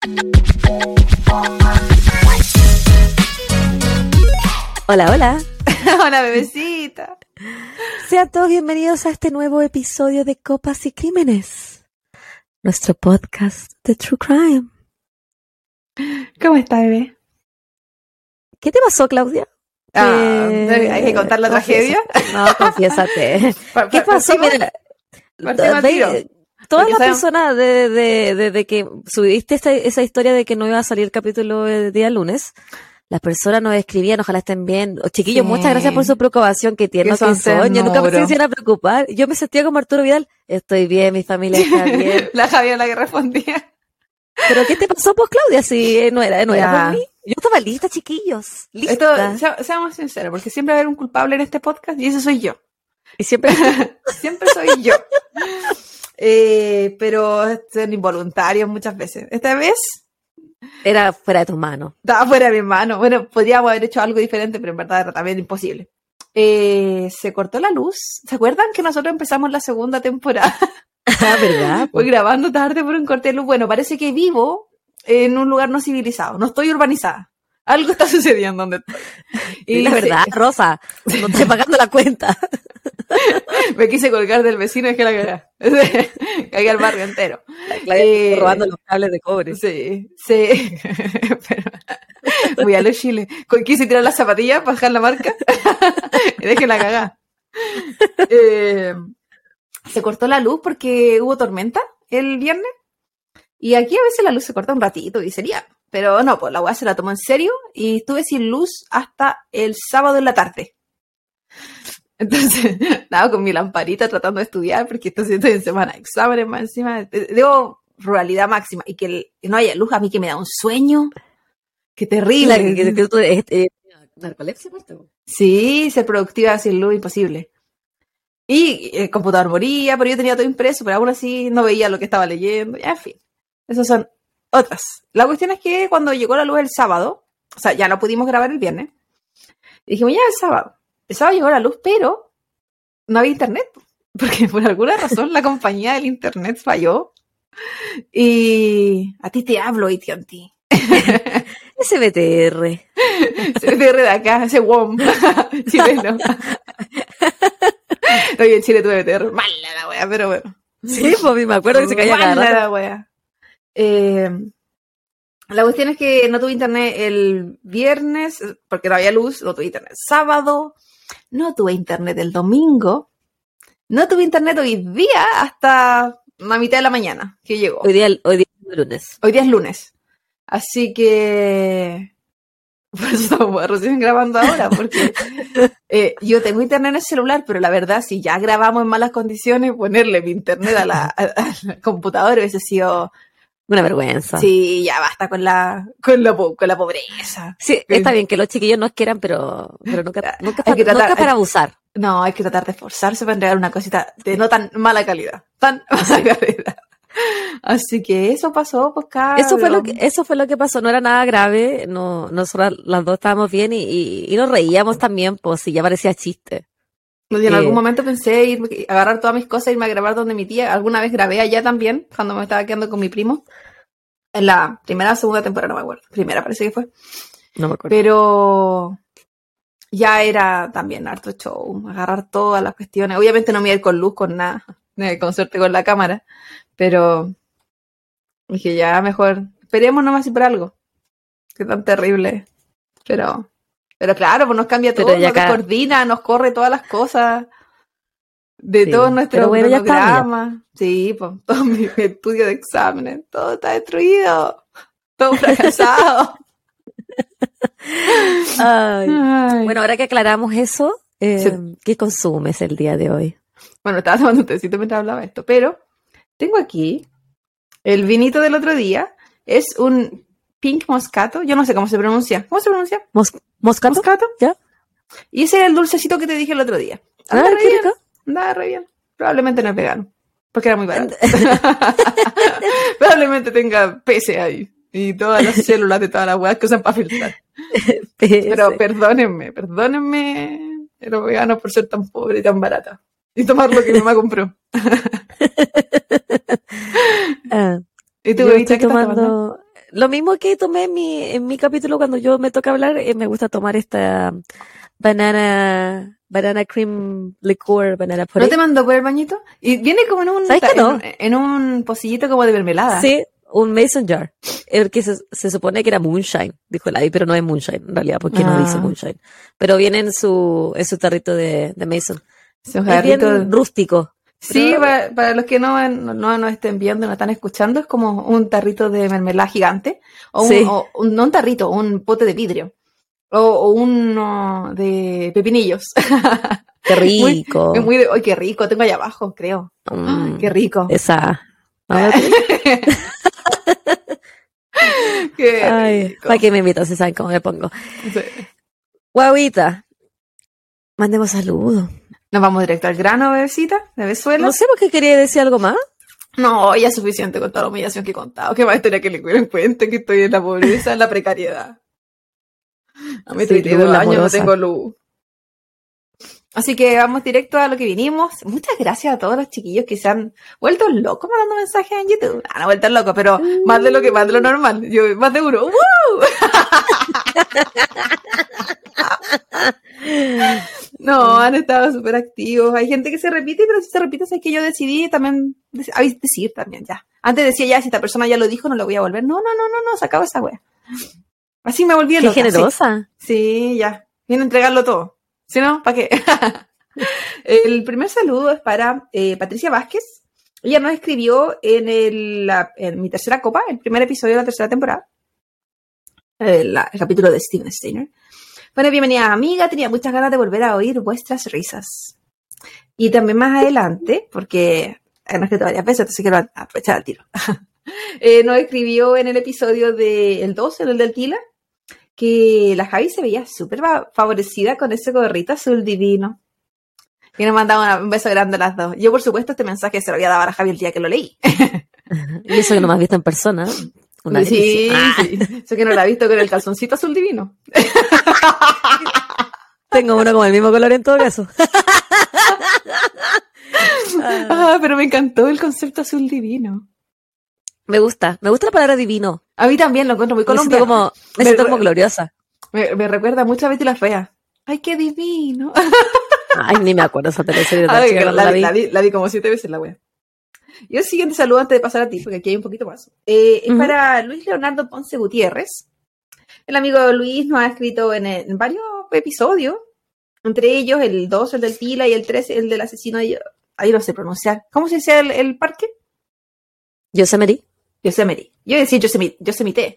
Hola, hola. Hola, bebecita. Sean todos bienvenidos a este nuevo episodio de Copas y Crímenes, nuestro podcast de True Crime. ¿Cómo está, bebé? ¿Qué te pasó, Claudia? ¿Hay que contar la tragedia? No, confiésate. ¿Qué pasó? Mira, todas las personas desde que subiste esa historia de que no iba a salir el capítulo el día lunes, las personas nos escribían, ojalá estén bien. Chiquillos, muchas gracias por su preocupación, que tierno que son. Yo nunca me hiciera preocupar. Yo me sentía como Arturo Vidal. Estoy bien, mi familia está bien. La Javier la que respondía. ¿Pero qué te pasó, pues, Claudia? Si no era por mí. Yo estaba lista, chiquillos. Lista. Esto, seamos sinceros, porque siempre va a haber un culpable en este podcast y ese soy yo. Y siempre soy yo. Pero son involuntarios muchas veces. Esta vez era fuera de tus manos. Estaba fuera de mis manos. Bueno, podríamos haber hecho algo diferente, pero en verdad era también imposible. Se cortó la luz. ¿Se acuerdan que nosotros empezamos la segunda temporada? Ah, ¿verdad? Voy grabando tarde por un corte de luz. Bueno, parece que vivo en un lugar no civilizado. No estoy urbanizada. Algo está sucediendo donde estoy. Y la verdad, Rosa, no estoy pagando la cuenta. Me quise colgar del vecino y dejé la cagada. Cagué al barrio entero. Robando los cables de cobre. Sí. Pero voy a los Chile. Quise tirar las zapatillas para dejar la marca y dejé la cagada. Se cortó la luz porque hubo tormenta el viernes. Y aquí a veces la luz se corta un ratito y sería. Pero no, pues la weá se la tomó en serio y estuve sin luz hasta el sábado en la tarde. Entonces, estaba con mi lamparita tratando de estudiar porque estoy en semana de exámenes más encima. Debo ruralidad máxima y que no haya luz a mí que me da un sueño. Qué terrible. ¿Narcolepsia? Sí, ser productiva sin luz imposible. Y el computador moría, pero yo tenía todo impreso, pero aún así no veía lo que estaba leyendo. Ya, en fin, esas son otras. La cuestión es que cuando llegó la luz el sábado, o sea, ya no pudimos grabar el viernes, dijimos ya el sábado llegó la luz, pero no había internet, porque por alguna razón la compañía del internet falló. Y a ti te hablo, AT&T. Ese BTR de acá, ese WOM chileno. Estoy en Chile, tuve BTR, mala la wea, pero bueno. Sí, pues me acuerdo que se caía cada rato. La wea. La cuestión es que no tuve internet el viernes porque no había luz, no tuve internet sábado, no tuve internet el domingo, no tuve internet hoy día hasta la mitad de la mañana que llegó. Hoy día es lunes. Hoy día es lunes. Así que por eso estamos recién grabando ahora, porque yo tengo internet en el celular, pero la verdad, si ya grabamos en malas condiciones, ponerle mi internet al computador hubiese sido una vergüenza. Sí, ya basta con la pobreza. Sí, está bien que los chiquillos nos quieran, pero nunca para abusar. No, hay que tratar de esforzarse para entregar una cosita de no tan mala calidad. Así que eso pasó, pues cabrón. Eso fue lo que pasó, no era nada grave, no, nosotras las dos estábamos bien y nos reíamos también, pues si ya parecía chiste. Y en algún momento pensé agarrar todas mis cosas e irme a grabar donde mi tía. Alguna vez grabé allá también, cuando me estaba quedando con mi primo. En la primera o segunda temporada, no me acuerdo. Primera parece que fue. No me acuerdo. Pero ya era también harto show, agarrar todas las cuestiones. Obviamente no me iba a ir con luz, con nada, con suerte con la cámara. Pero dije, ya mejor, esperemos nomás y por algo. Qué tan terrible. Pero claro, pues nos cambia todo, nos descoordina, nos corre todas las cosas de todos nuestros programas. Sí, pues todo mi estudio de exámenes, todo está destruido, todo fracasado. Ay. Bueno, ahora que aclaramos eso, ¿qué consumes el día de hoy? Bueno, estaba tomando un tecito mientras hablaba esto, pero tengo aquí el vinito del otro día, es un Pink Moscato, yo no sé cómo se pronuncia. ¿Cómo se pronuncia? ¿Moscato? ¿Ya? Y ese era el dulcecito que te dije el otro día. Andaba re bien. Probablemente no es vegano, porque era muy barato. Probablemente tenga peces ahí y todas las células de todas las huevas que usan para filtrar. Pero perdónenme los veganos por ser tan pobre y tan barata. Y tomar lo que mi mamá compró. ¿Y tú, bebita, qué estás tomando? lo mismo que tomé en mi capítulo cuando yo me toca hablar, me gusta tomar esta banana cream liqueur, banana ¿No pudding. te mandó por el bañito? Y viene como en un, ¿Sabes que no? en un pocillito como de mermelada. Sí, un mason jar. El que se supone que era moonshine, dijo el Adi, pero no es moonshine en realidad, porque no dice moonshine. Pero viene en su tarrito de mason. Es bien rústico. Sí, para los que no nos estén viendo, no están escuchando, es como un tarrito de mermelada gigante. O, sí. No un tarrito, un pote de vidrio. O uno de pepinillos. Qué rico. ¡Ay, qué rico! Tengo allá abajo, creo. ¡Ay, qué rico! Esa. Qué rico. ¿Para qué me invitas si saben cómo me pongo? Sí. Guauita, mandemos saludos. ¿Nos vamos directo al grano, bebecita? ¿De besuela? No sé por qué quería decir algo más. No, ya es suficiente con toda la humillación que he contado. ¿Qué más historia que le cuente que estoy en la pobreza, en la precariedad? A mí 32 años no tengo luz. Así que vamos directo a lo que vinimos. Muchas gracias a todos los chiquillos que se han vuelto locos mandando mensajes en YouTube. No vuelto locos, pero más de lo normal. Yo, más de uno. No, han estado súper activos. Hay gente que se repite, pero si se repite es que yo decidí también decir también ya. Antes decía ya, si esta persona ya lo dijo, no lo voy a volver. No, se acabó esa wea. Así me volví loca. Qué generosa. Sí, ya. Viene a entregarlo todo. Si no, ¿para qué? El primer saludo es para Patricia Vázquez. Ella nos escribió en mi tercera copa, el primer episodio de la tercera temporada. El capítulo de Steven Steiner. Bueno, bienvenida amiga, tenía muchas ganas de volver a oír vuestras risas. Y también más adelante, porque no escrito varias veces, entonces quiero aprovechar el tiro. Nos escribió en el episodio del 12, el del Tila, que la Javi se veía súper favorecida con ese gorrito azul divino. Y nos mandaba un beso grande a las dos. Yo, por supuesto, este mensaje se lo había dado a la Javi el día que lo leí. Y eso que no me has visto en persona. Sí. Eso que no la he visto con el calzoncito azul divino. Tengo uno con el mismo color en todo caso. Pero me encantó el concepto azul divino. Me gusta la palabra divino. A mí también lo encuentro muy colombiano. Me siento como gloriosa. Me recuerda mucho a Betty la Fea. ¡Ay, qué divino! Ay, ni me acuerdo esa teleserie. La vi como 7 veces la wea. Y el siguiente saludo antes de pasar a ti, porque aquí hay un poquito más. Es para Luis Leonardo Ponce Gutiérrez. El amigo Luis nos ha escrito en varios episodios. Entre ellos el 2, el del Tila, y el 3, el del asesino. Ahí no sé pronunciar. ¿Cómo se dice el parque? Yosemite. Yo decía Yosemite.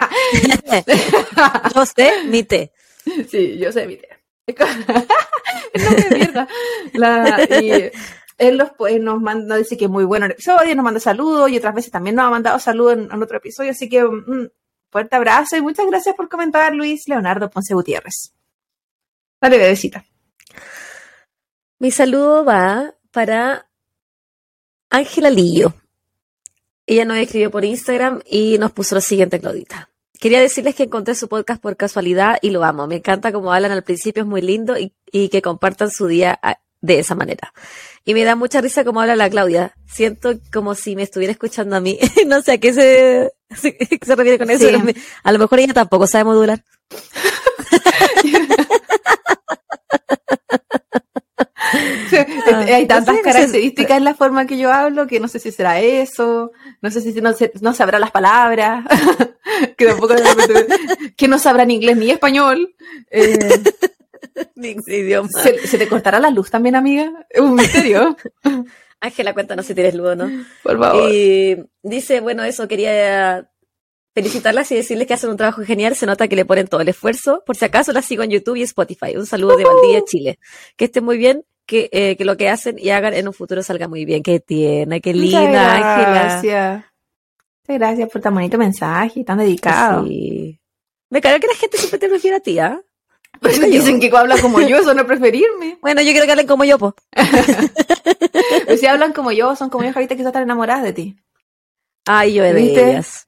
Yosemite. Sí, Yosemite. Es nombre de mierda. Y él nos manda, dice que es muy bueno el episodio, nos manda saludos y otras veces también nos ha mandado saludos en otro episodio. Así que fuerte abrazo y muchas gracias por comentar, Luis Leonardo Ponce Gutiérrez. Dale, bebecita. Mi saludo va para Ángela Lillo. Ella nos escribió por Instagram y nos puso lo siguiente, Claudita. Quería decirles que encontré su podcast por casualidad y lo amo. Me encanta cómo hablan al principio, es muy lindo y que compartan su día de esa manera. Y me da mucha risa cómo habla la Claudia. Siento como si me estuviera escuchando a mí. No sé a qué se refiere con eso. Sí. A lo mejor ella tampoco sabe modular. Hay tantas características en la forma que yo hablo que no sé si será eso, no sé si no sabrá las palabras, que tampoco que no sabrá ni inglés ni español. Ni idioma. ¿Se te cortará la luz también, amiga? Es un misterio. Ángela, cuéntanos si tienes luz, ¿no? Por favor. Y dice, bueno, eso, quería felicitarlas y decirles que hacen un trabajo genial, se nota que le ponen todo el esfuerzo. Por si acaso las sigo en YouTube y Spotify. Un saludo de Valdivia, Chile. Que estén muy bien, que lo que hacen y hagan en un futuro salga muy bien. Qué tierna, qué linda, Ángela. Muchas gracias por tan bonito mensaje, tan dedicado. Sí. Me cae que la gente siempre te prefiere a ti, ¿ah? Pues dicen que hablan como yo, eso no es preferirme. Bueno, yo quiero que hablen como yo, po. Pero si hablan como yo, son como yo, Javita, que están enamoradas de ti. Ay, yo de ellas.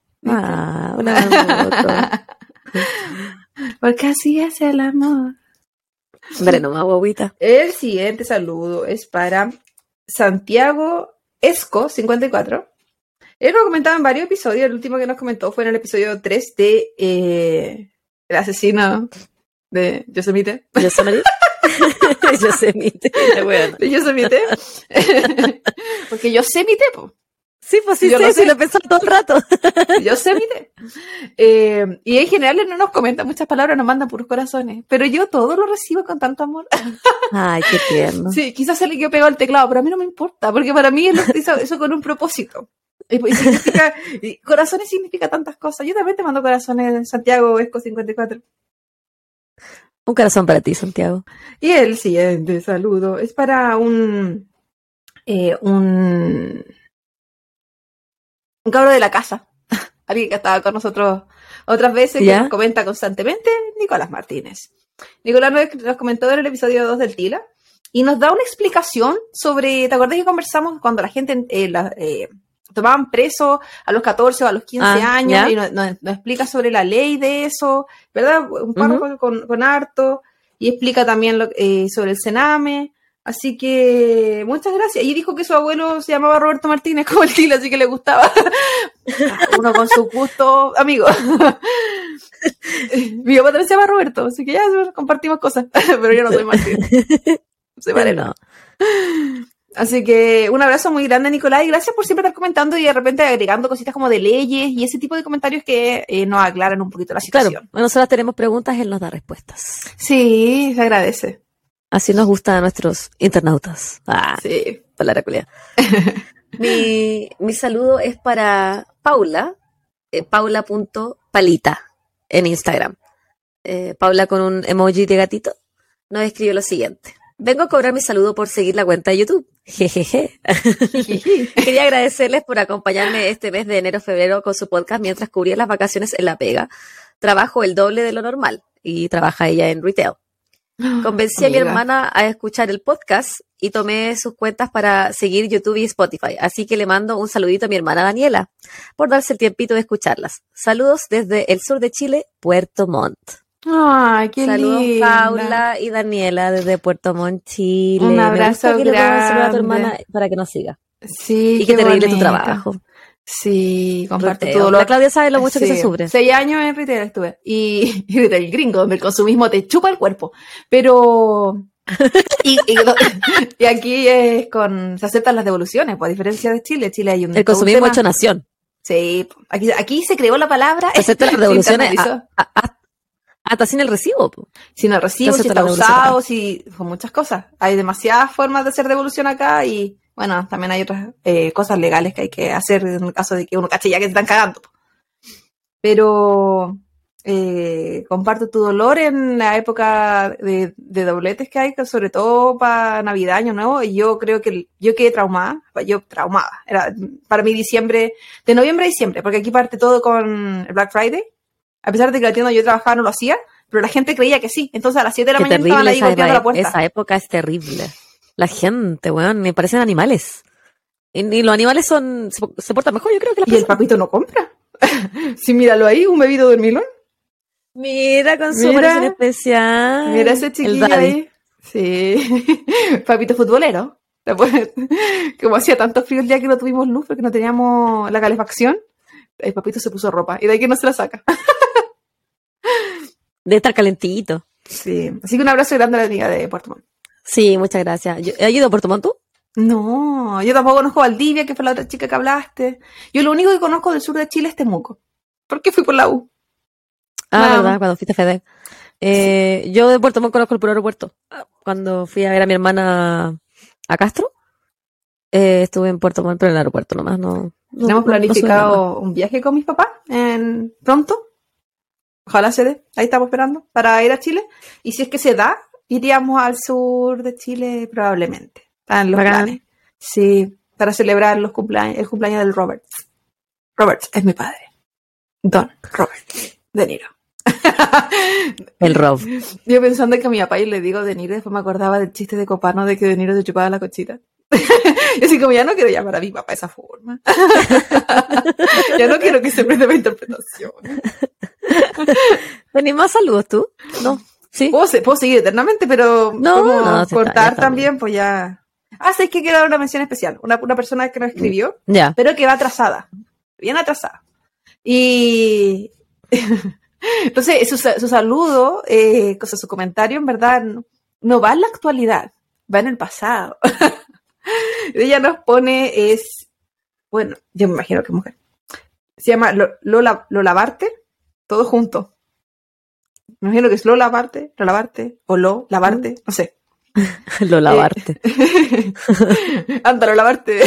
Una Porque así es el amor. Hombre, no más guaguita. El siguiente saludo es para Santiago Esco 54, Él lo comentaba en varios episodios. El último que nos comentó fue en el episodio 3 de El asesino de Yosemite. ¿Yosemite? Yosemite. Bueno. De Yosemite. Porque Yosemite, po. Sí, pues sí, sí, lo he pensado todo el rato. Yosemite. Y en general él no nos comenta muchas palabras, nos manda puros corazones. Pero yo todo lo recibo con tanto amor. Ay, qué tierno. Sí, quizás se le quedó pegado al teclado, pero a mí no me importa, porque para mí él hizo eso con un propósito. Y corazones significa tantas cosas. Yo también te mando corazones, Santiago Esco 54. Un corazón para ti, Santiago. Y el siguiente saludo es para un cabro de la casa. Alguien que estaba con nosotros otras veces, que nos comenta constantemente, Nicolás Martínez. Nicolás nos comentó en el episodio 2 del Tila y nos da una explicación sobre, ¿te acuerdas que conversamos cuando la gente tomaban preso a los 14 o a los 15 años? Y nos explica sobre la ley de eso, ¿verdad? Un párrafo con harto, y explica también sobre el Sename. Así que muchas gracias. Y dijo que su abuelo se llamaba Roberto Martínez como el Tila, así que le gustaba. Uno con su gusto, amigo. Mi papá también se llama Roberto, así que ya compartimos cosas. Pero yo no soy Martínez. Soy Varela. Así que un abrazo muy grande, Nicolás, y gracias por siempre estar comentando y de repente agregando cositas como de leyes y ese tipo de comentarios que nos aclaran un poquito la situación. Claro, nosotros tenemos preguntas, él nos da respuestas. Sí, se agradece. Así nos gusta a nuestros internautas. Sí. Palabra culia. Mi saludo es para Paula, paula.palita en Instagram. Paula con un emoji de gatito nos escribió lo siguiente. Vengo a cobrar mi saludo por seguir la cuenta de YouTube. Jejeje. Quería agradecerles por acompañarme este mes de enero-febrero con su podcast mientras cubría las vacaciones en La Pega. Trabajo el doble de lo normal y trabaja ella en retail. Convencí a mi hermana a escuchar el podcast y tomé sus cuentas para seguir YouTube y Spotify. Así que le mando un saludito a mi hermana Daniela por darse el tiempito de escucharlas. Saludos desde el sur de Chile, Puerto Montt. Ay, qué saludos, linda. Paula y Daniela desde Puerto Montt, Chile. Un abrazo grande. Le puedo saludar a tu hermana para que nos siga. Sí, y qué terrible tu trabajo. Sí, comparto todo. La Claudia sabe lo mucho que se sufre. 6 años en retail estuve. Y retail gringo, donde el consumismo te chupa el cuerpo. Pero... y aquí es se aceptan las devoluciones, pues, a diferencia de Chile. Chile hay el consumismo hecho nación. Sí, aquí se creó la palabra. Se aceptan las devoluciones hasta sin el recibo. Sin el recibo, si está usado, con muchas cosas. Hay demasiadas formas de hacer devolución acá y... Bueno, también hay otras cosas legales que hay que hacer en el caso de que uno cache ya que te están cagando. Pero comparto tu dolor en la época de dobletes que hay, sobre todo para Navidad, Año Nuevo, y yo creo que yo quedé traumada. Era para mí diciembre, de noviembre a diciembre, porque aquí parte todo con el Black Friday. A pesar de que la tienda donde yo trabajaba no lo hacía, pero la gente creía que sí. Entonces a las 7 de la mañana estaban ahí golpeando la puerta. Esa época es terrible. La gente, weón, me parecen animales. Y los animales se portan mejor, yo creo que las personas. Y el papito no compra. Sí, míralo ahí, un bebido dormilón. Mira, con su versión especial. Mira ese chiquillo ahí. Sí. Papito futbolero. Como hacía tanto frío el día que no tuvimos luz porque no teníamos la calefacción, el papito se puso ropa y de ahí que no se la saca. De estar calentito. Sí. Así que un abrazo grande a la amiga de Puerto Montt. Sí, muchas gracias. ¿Has ido a Puerto Montt tú? No, yo tampoco conozco a Valdivia, que fue la otra chica que hablaste. Yo lo único que conozco del sur de Chile es Temuco. ¿Por qué fui por la U? ¿Verdad? Cuando fuiste a FEDEC. Sí. Yo de Puerto Montt conozco el puro aeropuerto. Cuando fui a ver a mi hermana a Castro, estuve en Puerto Montt, pero en el aeropuerto nomás. Tenemos planificado un viaje con mis papás pronto. Ojalá se dé. Ahí estamos esperando para ir a Chile. Y si es que se da, iríamos al sur de Chile probablemente. Están los planes. Sí, para celebrar el cumpleaños del Roberts. Roberts es mi padre. Don Robert De Niro. El Rob. Yo pensando que a mi papá y le digo De Niro, después me acordaba del chiste de Copano de que De Niro se chupaba la cochita. Yo así como ya no quiero llamar a mi papá de esa forma. Ya no quiero que se preste para interpretación. ¿Tenés más saludos tú? No. Sí. Puedo seguir eternamente, pero no, cortar también, pues ya. sé que quiero dar una mención especial. Una persona que nos escribió, Ya. pero que va atrasada. Bien atrasada. Y entonces su saludo, su comentario, en verdad, no va en la actualidad, va en el pasado. Ella nos pone, bueno, yo me imagino que mujer. Se llama Lola Barte, todo junto. Me imagino que es Lola Barte, o Lavarte, no sé. Lo lavarte. Anda, Lola Barte.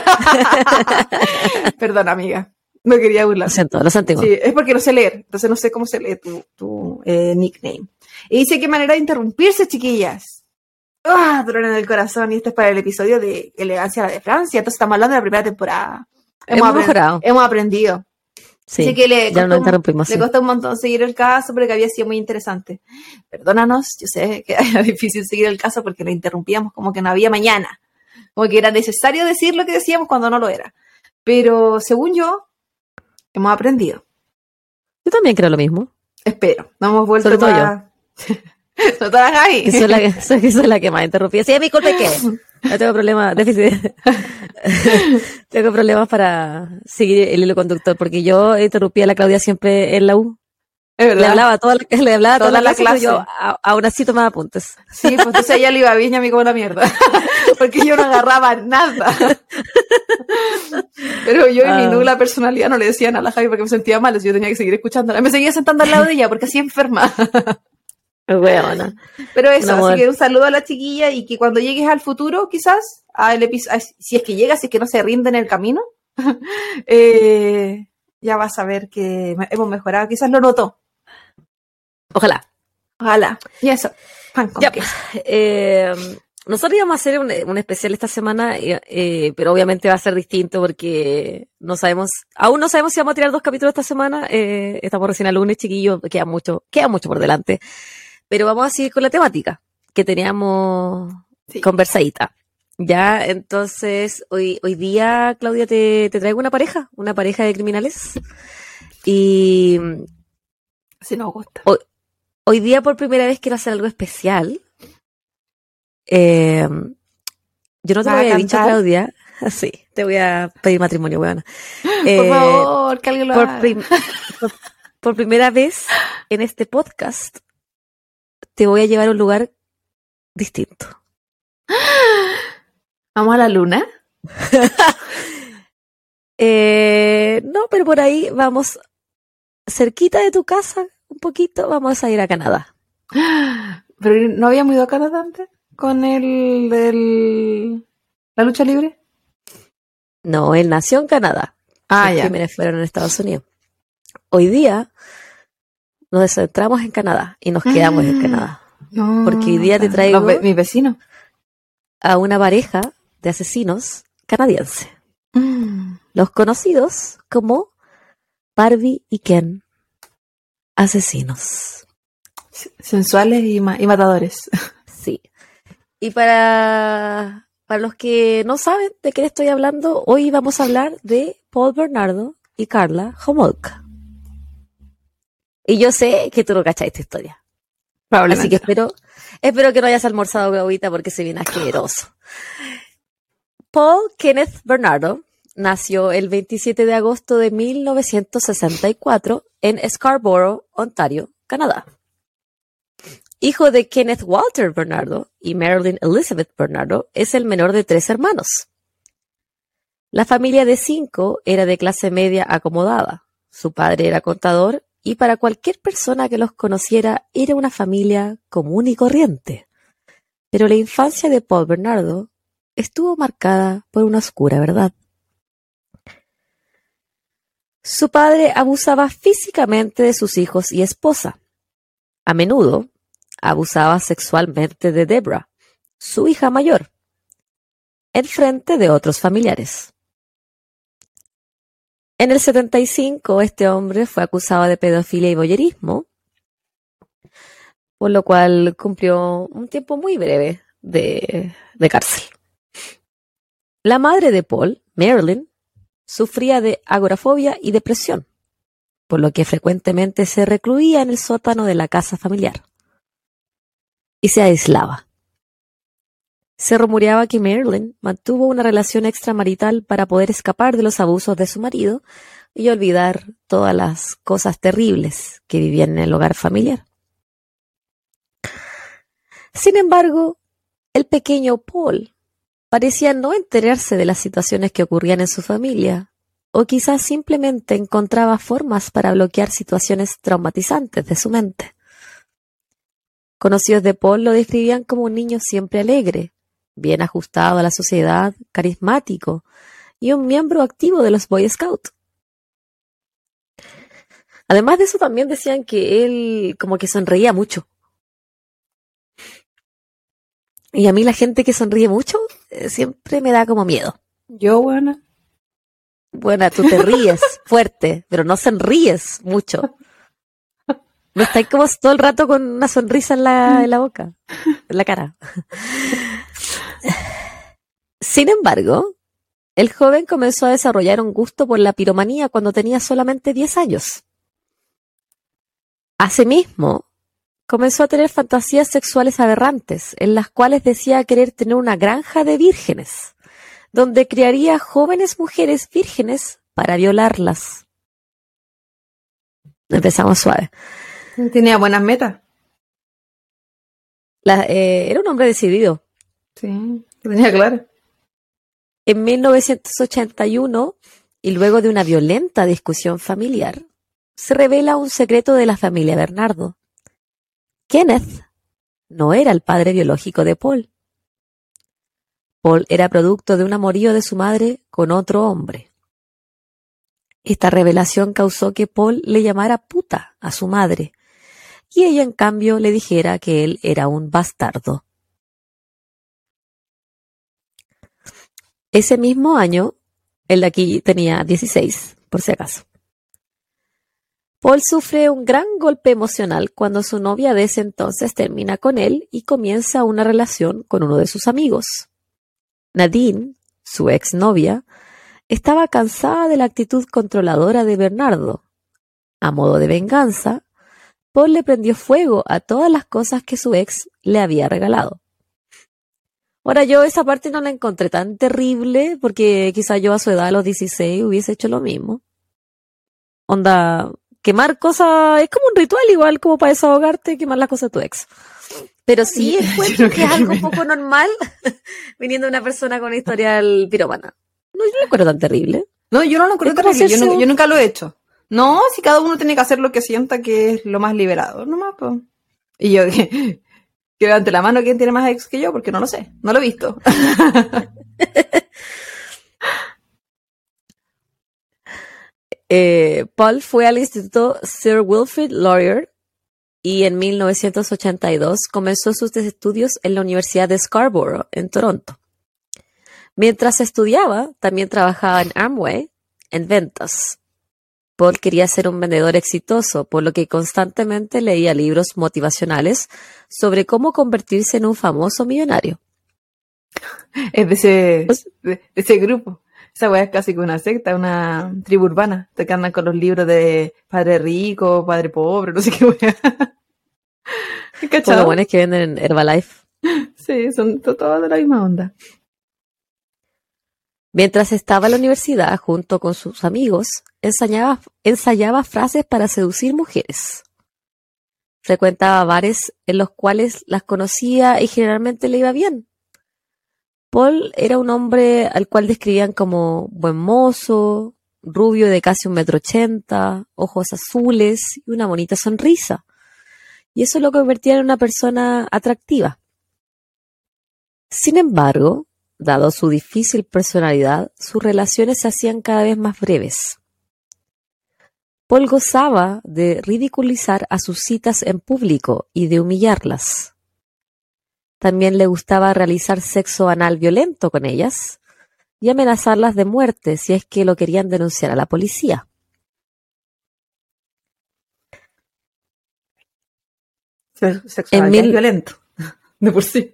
Perdón, amiga. No quería burlar. Lo sentimos. Sí, es porque no sé leer, entonces no sé cómo se lee tu nickname. Y dice, qué manera de interrumpirse, chiquillas. Dolor en el corazón, y este es para el episodio de Elegancia a la de Francia, entonces estamos hablando de la primera temporada. Hemos mejorado. Hemos aprendido. Sí, así que ya no interrumpimos. Le costó un montón seguir el caso, porque había sido muy interesante. Perdónanos, yo sé que era difícil seguir el caso porque lo interrumpíamos como que no había mañana. Como que era necesario decir lo que decíamos cuando no lo era. Pero según yo, hemos aprendido. Yo también creo lo mismo. Espero. No hemos vuelto Sobre todo yo. No te hagas ahí. Soy la que más interrumpía. Sí, es mi culpa que no tengo problemas, déficit. Tengo problemas para seguir el hilo conductor, porque yo interrumpía a la Claudia siempre en la U. Es verdad. Le hablaba toda la clase, pero yo aún así tomaba apuntes. Sí, pues entonces a ella le iba bien y a mí como la mierda. Porque yo no agarraba nada. Pero yo y mi nula personalidad no le decía nada a la Javi porque me sentía mal, yo tenía que seguir escuchándola. Me seguía sentando al lado de ella porque así enferma. Bueno, pero eso, así que un saludo a la chiquilla y que cuando llegues al futuro, quizás, si es que llegas, si es que no se rinde en el camino, ya vas a ver que hemos mejorado. Quizás lo notó. Ojalá. Y eso. Ya, nosotros íbamos a hacer un especial esta semana, pero obviamente va a ser distinto porque aún no sabemos si vamos a tirar 2 capítulos esta semana. Estamos recién al lunes, chiquillos, queda mucho por delante. Pero vamos a seguir con la temática que teníamos conversadita. Ya, entonces, hoy día, Claudia, te traigo una pareja de criminales. Y si nos gusta. Hoy día, por primera vez, quiero hacer algo especial. Yo no te lo había dicho, Claudia. Sí, te voy a pedir matrimonio, weona. Por favor, que alguien lo haga. Por primera vez en este podcast, te voy a llevar a un lugar distinto. ¿Vamos a la luna? No, pero por ahí vamos cerquita de tu casa, un poquito, vamos a ir a Canadá. ¿Pero no habíamos ido a Canadá antes? ¿Con la lucha libre? No, él nació en Canadá. Los primeros fueron en Estados Unidos. Hoy día nos centramos en Canadá y nos quedamos en Canadá. No, porque hoy día te traigo mis vecinos a una pareja de asesinos canadienses. Los conocidos como Barbie y Ken, asesinos. Sensuales y matadores. Sí. Y para los que no saben de qué estoy hablando, hoy vamos a hablar de Paul Bernardo y Karla Homolka. Y yo sé que tú no cachas esta historia. Así que espero que no hayas almorzado, Claudita, porque se viene asqueroso. Paul Kenneth Bernardo nació el 27 de agosto de 1964 en Scarborough, Ontario, Canadá. Hijo de Kenneth Walter Bernardo y Marilyn Elizabeth Bernardo, es el menor de 3 hermanos. La familia de 5 era de clase media acomodada. Su padre era contador y para cualquier persona que los conociera era una familia común y corriente. Pero la infancia de Paul Bernardo estuvo marcada por una oscura verdad. Su padre abusaba físicamente de sus hijos y esposa. A menudo abusaba sexualmente de Deborah, su hija mayor, en frente de otros familiares. En el 75, este hombre fue acusado de pedofilia y voyerismo, por lo cual cumplió un tiempo muy breve de cárcel. La madre de Paul, Marilyn, sufría de agorafobia y depresión, por lo que frecuentemente se recluía en el sótano de la casa familiar y se aislaba. Se rumoreaba que Marilyn mantuvo una relación extramarital para poder escapar de los abusos de su marido y olvidar todas las cosas terribles que vivían en el hogar familiar. Sin embargo, el pequeño Paul parecía no enterarse de las situaciones que ocurrían en su familia, o quizás simplemente encontraba formas para bloquear situaciones traumatizantes de su mente. Conocidos de Paul lo describían como un niño siempre alegre, bien ajustado a la sociedad, carismático y un miembro activo de los Boy Scouts. Además de eso, también decían que él como que sonreía mucho. Y a mí la gente que sonríe mucho siempre me da como miedo. Yo, buena. Bueno, tú te ríes fuerte, pero no sonríes mucho. No estáis como todo el rato con una sonrisa en la boca, en la cara. Sin embargo, el joven comenzó a desarrollar un gusto por la piromanía cuando tenía solamente 10 años. Asimismo, comenzó a tener fantasías sexuales aberrantes, en las cuales decía querer tener una granja de vírgenes, donde criaría jóvenes mujeres vírgenes para violarlas. Empezamos suave. Tenía buenas metas. Era un hombre decidido. Sí, lo tenía claro. En 1981, y luego de una violenta discusión familiar, se revela un secreto de la familia Bernardo. Kenneth no era el padre biológico de Paul. Paul era producto de un amorío de su madre con otro hombre. Esta revelación causó que Paul le llamara puta a su madre, y ella en cambio le dijera que él era un bastardo. Ese mismo año, él de aquí tenía 16, por si acaso. Paul sufre un gran golpe emocional cuando su novia de ese entonces termina con él y comienza una relación con uno de sus amigos. Nadine, su exnovia, estaba cansada de la actitud controladora de Bernardo. A modo de venganza, Paul le prendió fuego a todas las cosas que su ex le había regalado. Ahora, yo esa parte no la encontré tan terrible porque quizá yo a su edad, a los 16, hubiese hecho lo mismo. Onda, quemar cosas es como un ritual, igual como para desahogarte, quemar las cosas de tu ex. Pero sí encuentro que es algo poco normal viniendo de una persona con historial pirómana. No, yo no lo encuentro tan terrible. No, yo no lo encuentro terrible, yo nunca lo he hecho. No, si cada uno tiene que hacer lo que sienta que es lo más liberado, nomás, pues. Y yo que levante la mano quién tiene más ex que yo, porque no lo sé, no lo he visto. Paul fue al Instituto Sir Wilfrid Laurier y en 1982 comenzó sus estudios en la Universidad de Scarborough, en Toronto. Mientras estudiaba, también trabajaba en Amway, en ventas. Paul quería ser un vendedor exitoso, por lo que constantemente leía libros motivacionales sobre cómo convertirse en un famoso millonario. Es de ese grupo. Esa weá es casi que una secta, una tribu urbana. Te que andan con los libros de padre rico, padre pobre, no sé qué weá. Por lo bueno es que venden en Herbalife. Sí, son todos de la misma onda. Mientras estaba en la universidad, junto con sus amigos, ensayaba frases para seducir mujeres. Frecuentaba bares en los cuales las conocía y generalmente le iba bien. Paul era un hombre al cual describían como buen mozo, rubio de casi 1,80 m, ojos azules y una bonita sonrisa. Y eso lo convertía en una persona atractiva. Sin embargo, dado su difícil personalidad, sus relaciones se hacían cada vez más breves. Paul gozaba de ridiculizar a sus citas en público y de humillarlas. También le gustaba realizar sexo anal violento con ellas y amenazarlas de muerte si es que lo querían denunciar a la policía. Sexo violento, de por sí.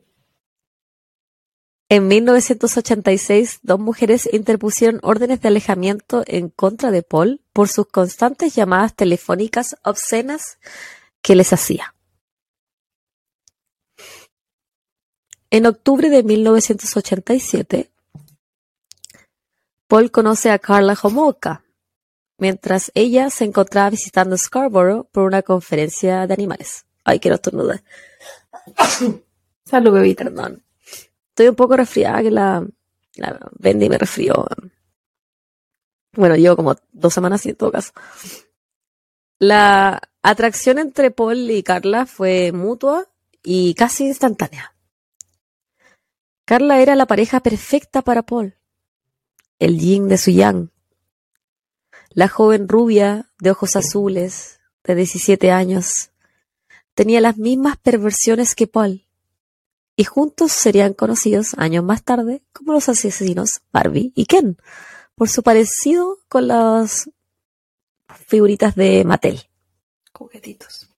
En 1986, 2 mujeres interpusieron órdenes de alejamiento en contra de Paul por sus constantes llamadas telefónicas obscenas que les hacía. En octubre de 1987, Paul conoce a Karla Homolka, mientras ella se encontraba visitando Scarborough por una conferencia de animales. Ay, quiero estornudar. Salud, bebita. Perdón. Estoy un poco resfriada, que la Bendy me resfrió. Bueno, llevo como 2 semanas en todo caso. La atracción entre Paul y Karla fue mutua y casi instantánea. Karla era la pareja perfecta para Paul, el yin de su yang. La joven rubia, de ojos azules, de 17 años, tenía las mismas perversiones que Paul, y juntos serían conocidos años más tarde como los asesinos Barbie y Ken, por su parecido con las figuritas de Mattel. Juguetitos.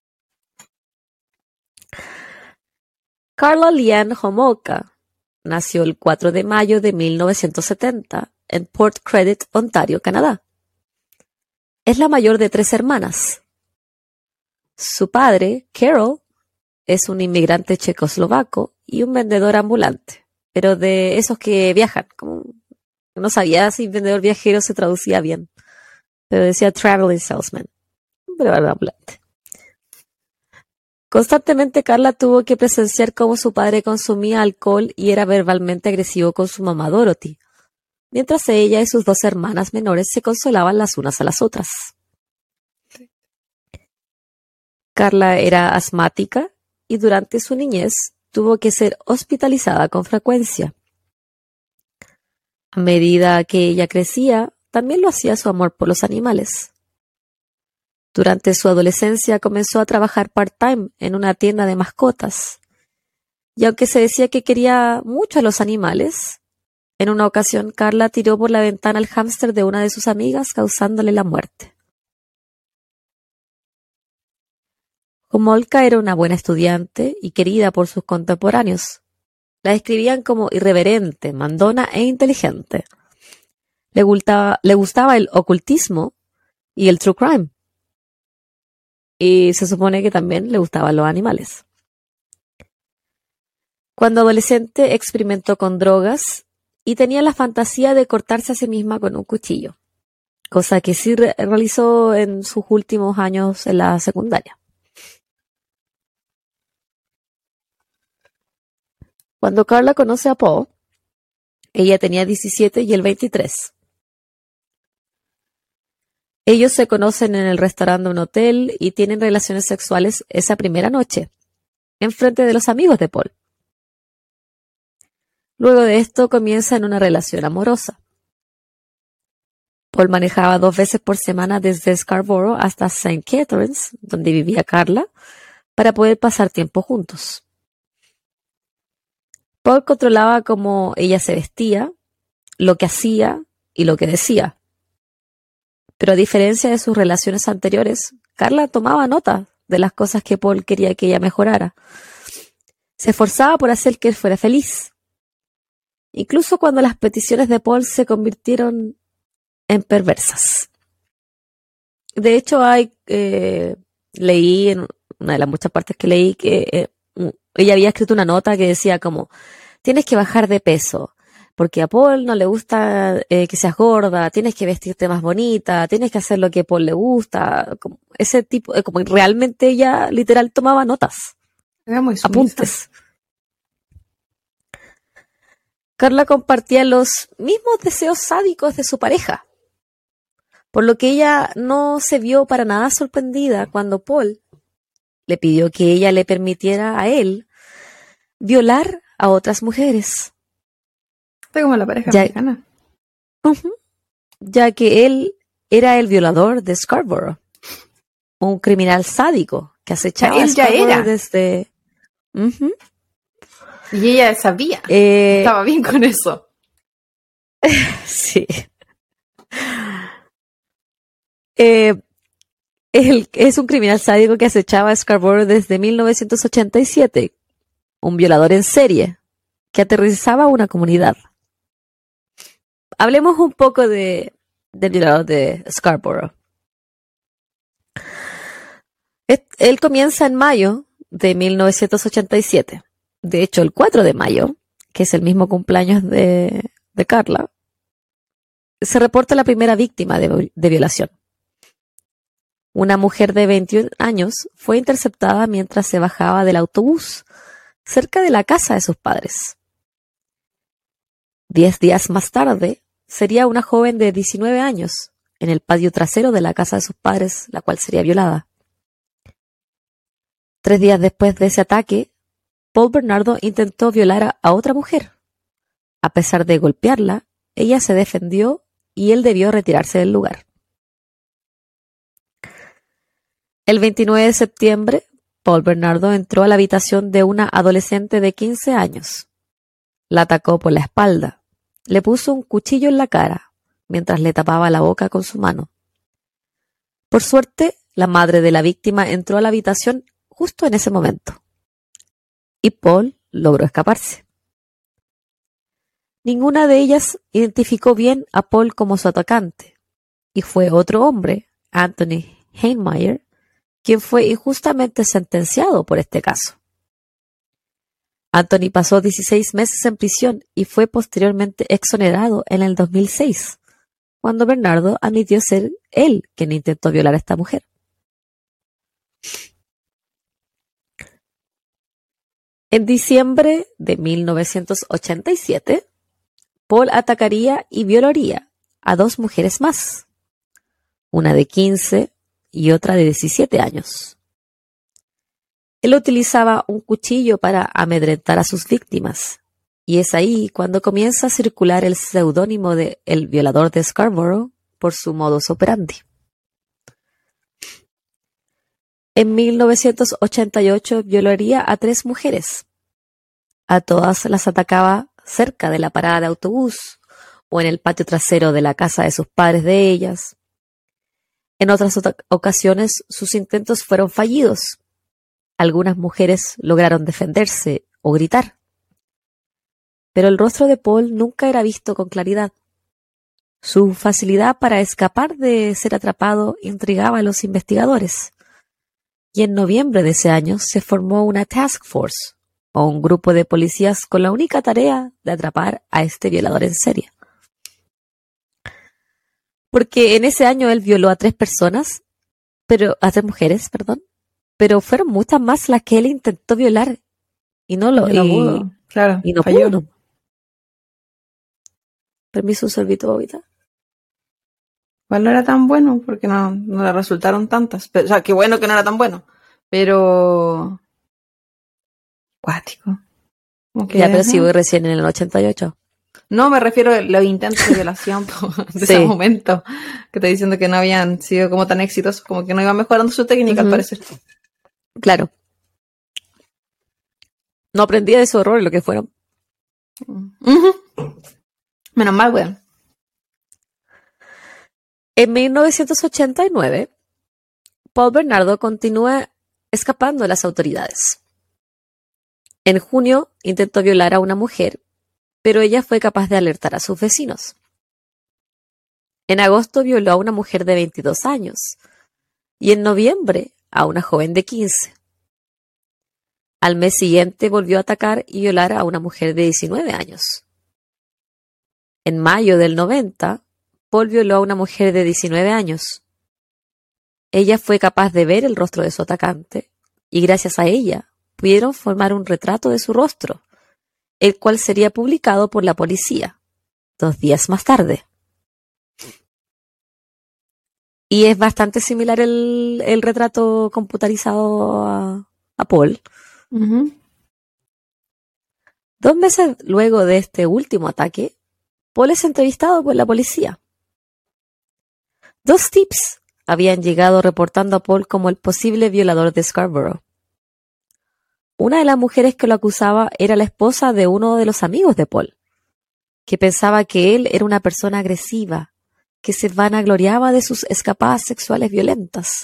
Karla Leanne Homolka nació el 4 de mayo de 1970 en Port Credit, Ontario, Canadá. Es la mayor de 3 hermanas. Su padre, Carol, es un inmigrante checoslovaco y un vendedor ambulante, pero de esos que viajan. Como no sabía si vendedor viajero se traducía bien, pero decía traveling salesman, pero ambulante. Constantemente Karla tuvo que presenciar cómo su padre consumía alcohol y era verbalmente agresivo con su mamá Dorothy, mientras ella y sus 2 hermanas menores se consolaban las unas a las otras. Karla era asmática y durante su niñez tuvo que ser hospitalizada con frecuencia. A medida que ella crecía, también lo hacía su amor por los animales. Durante su adolescencia comenzó a trabajar part-time en una tienda de mascotas, y aunque se decía que quería mucho a los animales, en una ocasión Karla tiró por la ventana al hámster de una de sus amigas, causándole la muerte. Homolka era una buena estudiante y querida por sus contemporáneos. La describían como irreverente, mandona e inteligente. Le gustaba el ocultismo y el true crime. Y se supone que también le gustaban los animales. Cuando adolescente experimentó con drogas y tenía la fantasía de cortarse a sí misma con un cuchillo, cosa que sí realizó en sus últimos años en la secundaria. Cuando Karla conoce a Paul, ella tenía 17 y él 23. Ellos se conocen en el restaurante de un hotel y tienen relaciones sexuales esa primera noche, enfrente de los amigos de Paul. Luego de esto comienzan una relación amorosa. Paul manejaba 2 veces por semana desde Scarborough hasta St. Catharines, donde vivía Karla, para poder pasar tiempo juntos. Paul controlaba cómo ella se vestía, lo que hacía y lo que decía. Pero a diferencia de sus relaciones anteriores, Karla tomaba nota de las cosas que Paul quería que ella mejorara. Se esforzaba por hacer que él fuera feliz. Incluso cuando las peticiones de Paul se convirtieron en perversas. De hecho, leí en una de las muchas partes que leí que ella había escrito una nota que decía como: tienes que bajar de peso, porque a Paul no le gusta que seas gorda, tienes que vestirte más bonita, tienes que hacer lo que a Paul le gusta, como ese tipo, como realmente ella literal tomaba notas, Era muy sumisa. apuntes. Karla compartía los mismos deseos sádicos de su pareja, por lo que ella no se vio para nada sorprendida cuando Paul le pidió que ella le permitiera a él violar a otras mujeres. Está como la pareja mexicana. Ya que él era el violador de Scarborough, un criminal sádico que acechaba a Scarborough desde... Y ella sabía. Estaba bien con eso. Sí. Él es un criminal sádico que acechaba a Scarborough desde 1987, un violador en serie que aterrorizaba a una comunidad. Hablemos un poco del violador de Scarborough. Él comienza en mayo de 1987. De hecho, el 4 de mayo, que es el mismo cumpleaños de Carla, se reporta la primera víctima de violación. Una mujer de 21 años fue interceptada mientras se bajaba del autobús cerca de la casa de sus padres. 10 días más tarde, sería una joven de 19 años en el patio trasero de la casa de sus padres, la cual sería violada. 3 días después de ese ataque, Paul Bernardo intentó violar a otra mujer. A pesar de golpearla, ella se defendió y él debió retirarse del lugar. El 29 de septiembre, Paul Bernardo entró a la habitación de una adolescente de 15 años. La atacó por la espalda, le puso un cuchillo en la cara, mientras le tapaba la boca con su mano. Por suerte, la madre de la víctima entró a la habitación justo en ese momento, y Paul logró escaparse. Ninguna de ellas identificó bien a Paul como su atacante, y fue otro hombre, Anthony Heinemeyer, quien fue injustamente sentenciado por este caso. Anthony pasó 16 meses en prisión y fue posteriormente exonerado en el 2006, cuando Bernardo admitió ser él quien intentó violar a esta mujer. En diciembre de 1987, Paul atacaría y violaría a 2 mujeres más, una de 15 y otra de 17 años. Él utilizaba un cuchillo para amedrentar a sus víctimas, y es ahí cuando comienza a circular el seudónimo de El Violador de Scarborough por su modus operandi. En 1988 violaría a 3 mujeres. A todas las atacaba cerca de la parada de autobús o en el patio trasero de la casa de sus padres de ellas. En otras ocasiones sus intentos fueron fallidos. Algunas mujeres lograron defenderse o gritar. Pero el rostro de Paul nunca era visto con claridad. Su facilidad para escapar de ser atrapado intrigaba a los investigadores. Y en noviembre de ese año se formó una task force, o un grupo de policías con la única tarea de atrapar a este violador en serie. Porque en ese año él violó a 3 mujeres, pero fueron muchas más las que él intentó violar y no pudo, claro, y no falló. pudo. Permiso, un sorbito, bobita. Igual no era tan bueno porque no le resultaron tantas. Pero, o sea, qué bueno que no era tan bueno. Pero cuático. Ya, pero sí voy recién en el 88. No, me refiero a los intentos de violación de ese momento. Que estoy diciendo que no habían sido como tan exitosos, como que no iban mejorando su técnica, al parecer. Claro. No aprendía de su error lo que fueron. Menos mal, weón. En 1989, Paul Bernardo continúa escapando de las autoridades. En junio intentó violar a una mujer, pero ella fue capaz de alertar a sus vecinos. En agosto violó a una mujer de 22 años y en noviembre a una joven de 15. Al mes siguiente volvió a atacar y violar a una mujer de 19 años. En mayo del 90, Paul violó a una mujer de 19 años. Ella fue capaz de ver el rostro de su atacante y gracias a ella pudieron formar un retrato de su rostro, el cual sería publicado por la policía 2 días más tarde. Y es bastante similar el retrato computarizado a Paul. 2 meses luego de este último ataque, Paul es entrevistado por la policía. 2 tips habían llegado reportando a Paul como el posible violador de Scarborough. Una de las mujeres que lo acusaba era la esposa de uno de los amigos de Paul, que pensaba que él era una persona agresiva, que se vanagloriaba de sus escapadas sexuales violentas.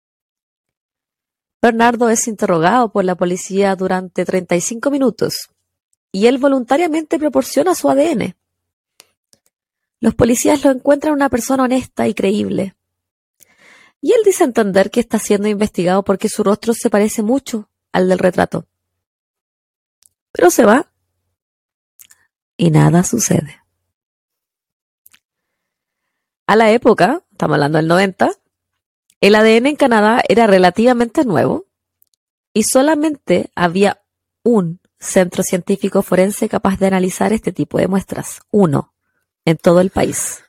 Bernardo es interrogado por la policía durante 35 minutos y él voluntariamente proporciona su ADN. Los policías lo encuentran una persona honesta y creíble. Y él dice entender que está siendo investigado porque su rostro se parece mucho al del retrato. Pero se va y nada sucede. A la época, estamos hablando del 90, el ADN en Canadá era relativamente nuevo y solamente había un centro científico forense capaz de analizar este tipo de muestras. Uno, en todo el país.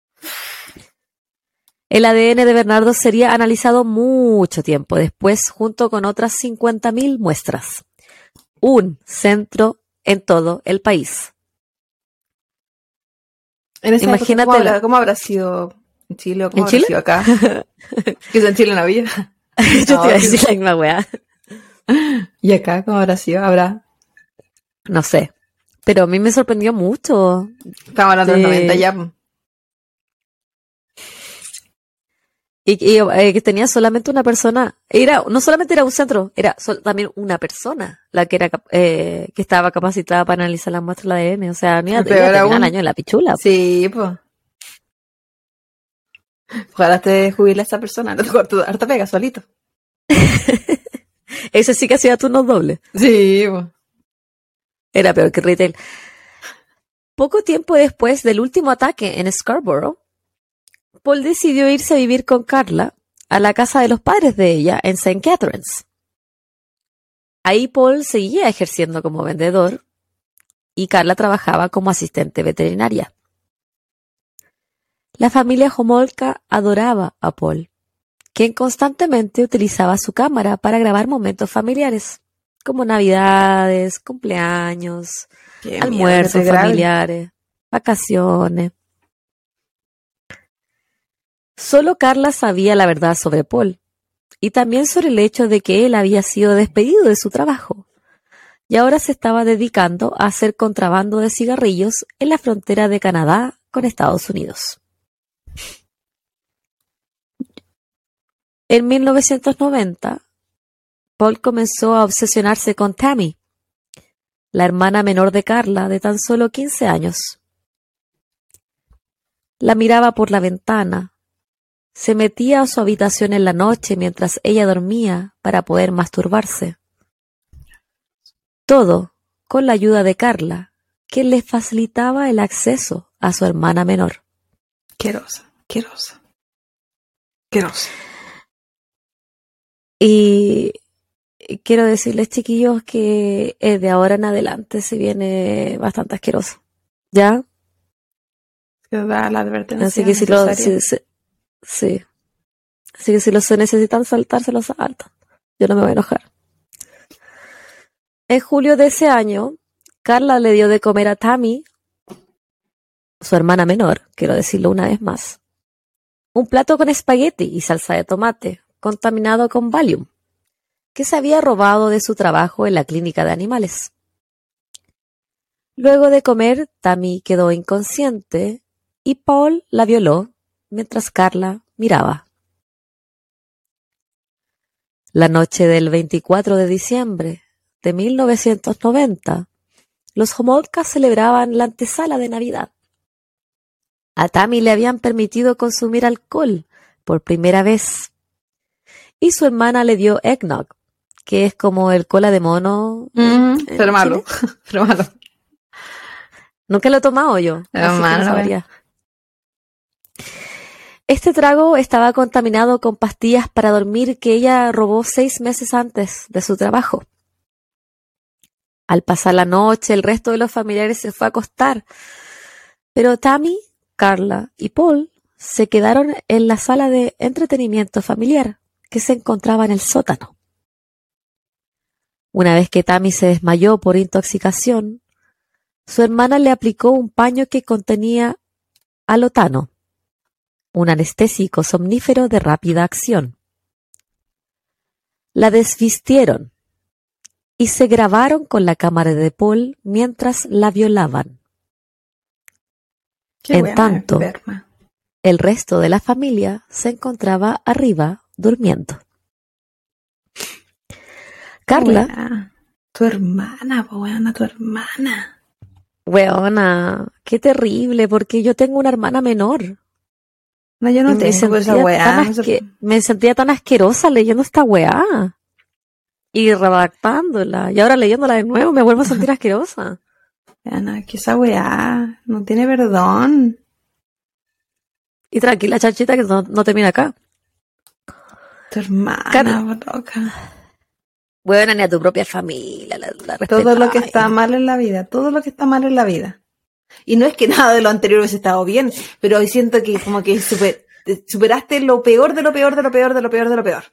El ADN de Bernardo sería analizado mucho tiempo después junto con otras 50.000 muestras. Un centro en todo el país. Imagínate ¿cómo habrá sido en Chile o cómo habrá sido acá? Que en Chile no había. Yo te iba a decir la misma weá. ¿Y acá cómo habrá sido? ¿Habrá? No sé. Pero a mí me sorprendió mucho. Estamos hablando de los 90 ya. Y que tenía solamente una persona. No solamente era un centro, era también una persona la que era que estaba capacitada para analizar las muestras del ADN. O sea, mira, tenía un año en la pichula. Sí, pues. Ojalá te jubile esa persona, no te corto harta pega solito. Ese sí que hacía turnos dobles. Sí, pues. Era peor que retail. Poco tiempo después del último ataque en Scarborough, Paul decidió irse a vivir con Carla a la casa de los padres de ella en St. Catharines. Ahí Paul seguía ejerciendo como vendedor y Carla trabajaba como asistente veterinaria. La familia Homolka adoraba a Paul, quien constantemente utilizaba su cámara para grabar momentos familiares, como navidades, cumpleaños, almuerzos familiares, vacaciones. Solo Carla sabía la verdad sobre Paul, y también sobre el hecho de que él había sido despedido de su trabajo, y ahora se estaba dedicando a hacer contrabando de cigarrillos en la frontera de Canadá con Estados Unidos. En 1990, Paul comenzó a obsesionarse con Tammy, la hermana menor de Carla de tan solo 15 años. La miraba por la ventana. Se metía a su habitación en la noche mientras ella dormía para poder masturbarse. Todo con la ayuda de Carla, que le facilitaba el acceso a su hermana menor. Querosa. Y quiero decirles, chiquillos, que de ahora en adelante se viene bastante asqueroso. ¿Ya? Se da la advertencia. Así que sí. Así que si los se necesitan saltar, se los saltan. Yo no me voy a enojar. En julio de ese año, Carla le dio de comer a Tammy, su hermana menor, quiero decirlo una vez más, un plato con espagueti y salsa de tomate, contaminado con Valium, que se había robado de su trabajo en la clínica de animales. Luego de comer, Tammy quedó inconsciente y Paul la violó mientras Carla miraba. La noche del 24 de diciembre de 1990, los Homolka celebraban la antesala de Navidad. A Tammy le habían permitido consumir alcohol por primera vez y su hermana le dio eggnog, que es como el cola de mono. Pero malo. Nunca lo he tomado yo. Pero malo. Este trago estaba contaminado con pastillas para dormir que ella robó 6 meses antes de su trabajo. Al pasar la noche, el resto de los familiares se fue a acostar, pero Tammy, Carla y Paul se quedaron en la sala de entretenimiento familiar que se encontraba en el sótano. Una vez que Tammy se desmayó por intoxicación, su hermana le aplicó un paño que contenía alotano, un anestésico somnífero de rápida acción. La desvistieron y se grabaron con la cámara de Paul mientras la violaban. En tanto, el resto de la familia se encontraba arriba durmiendo. Carla. Tu hermana, tu hermana. Weona, qué terrible, porque yo tengo una hermana menor. No, yo no tengo esa weá. Me sentía tan asquerosa leyendo esta weá. Y redactándola. Y ahora leyéndola de nuevo me vuelvo a sentir asquerosa. Ana, que esa weá no tiene perdón. Y tranquila, chanchita, que no termina acá. Tu hermana, loca. Bueno, ni a tu propia familia la todo lo que está mal en la vida, todo lo que está mal en la vida. Y no es que nada de lo anterior hubiese estado bien, pero hoy siento que como que superaste lo peor de lo peor de lo peor de lo peor de lo peor.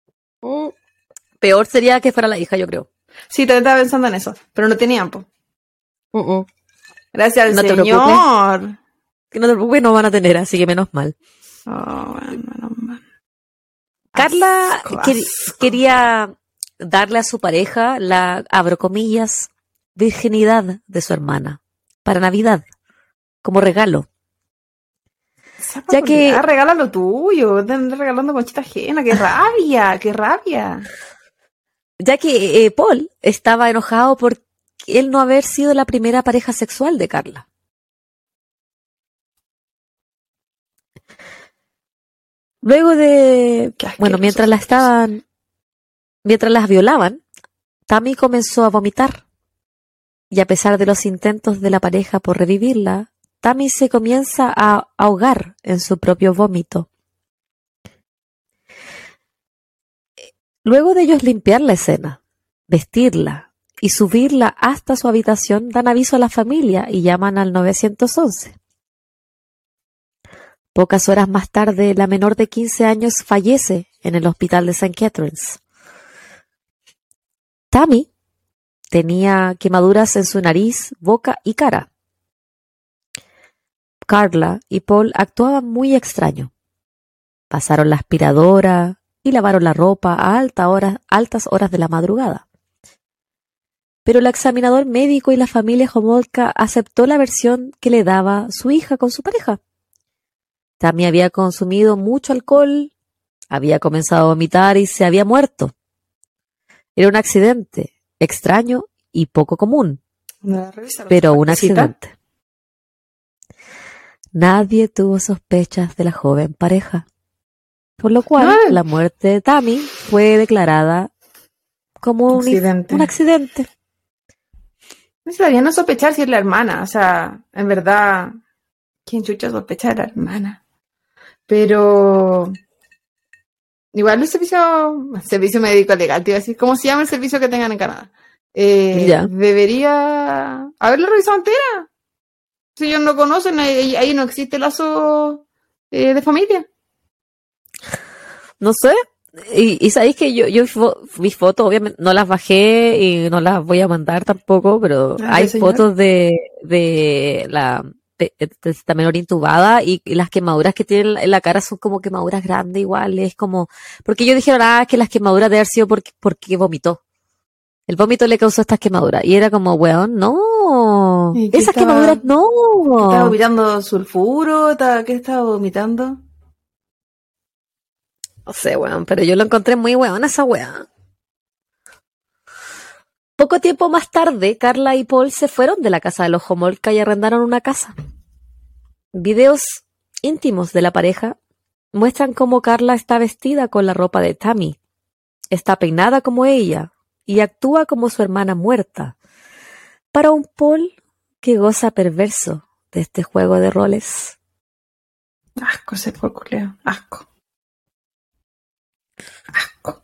Peor sería que fuera la hija, yo creo. Sí, también estaba pensando en eso, pero no tenían, po. Gracias al no Señor. Que no te preocupes, no van a tener, así que menos mal. Oh, bueno, menos mal. Carla quería darle a su pareja la, abro comillas, virginidad de su hermana para Navidad, como regalo. Ya que regala lo tuyo, están regalando conchita ajena, qué rabia, qué rabia. Ya que Paul estaba enojado por él no haber sido la primera pareja sexual de Carla. Luego de, bueno, mientras las violaban, Tammy comenzó a vomitar. Y a pesar de los intentos de la pareja por revivirla, Tammy se comienza a ahogar en su propio vómito. Luego de ellos limpiar la escena, vestirla y subirla hasta su habitación, dan aviso a la familia y llaman al 911. Pocas horas más tarde, la menor de 15 años fallece en el hospital de St. Catharines. Tammy tenía quemaduras en su nariz, boca y cara. Carla y Paul actuaban muy extraño. Pasaron la aspiradora y lavaron la ropa a altas horas de la madrugada. Pero el examinador médico y la familia Homolka aceptó la versión que le daba su hija con su pareja. Tammy había consumido mucho alcohol, había comenzado a vomitar y se había muerto. Era un accidente extraño y poco común, pero un accidente. Nadie tuvo sospechas de la joven pareja, por lo cual la muerte de Tammy fue declarada como un accidente. No estaría no sospechar si es la hermana, o sea, en verdad, ¿quién chucha sospecha de la hermana? Pero igual el servicio médico legal, te iba a decir, ¿cómo se llama el servicio que tengan en Canadá? Debería haberlo revisado entera. Si ellos no conocen, ahí no existe lazo de familia. No sé. Y sabéis que yo mis fotos, obviamente, no las bajé y no las voy a mandar tampoco, pero hay fotos de la esta menor intubada y las quemaduras que tiene en la cara son como quemaduras grandes igual, es como, porque ellos dijeron, que las quemaduras deben haber sido porque vomitó. El vómito le causó estas quemaduras y era como, weón, no, esas quemaduras no. ¿Estaba vomitando sulfuro? ¿Qué estaba vomitando? No sé, weón, pero yo lo encontré muy weón esa weá. Poco tiempo más tarde, Carla y Paul se fueron de la casa de los Homolka y arrendaron una casa. Videos íntimos de la pareja muestran cómo Carla está vestida con la ropa de Tammy, está peinada como ella y actúa como su hermana muerta, para un Paul que goza perverso de este juego de roles. Asco ese Paul culeo, asco. Asco.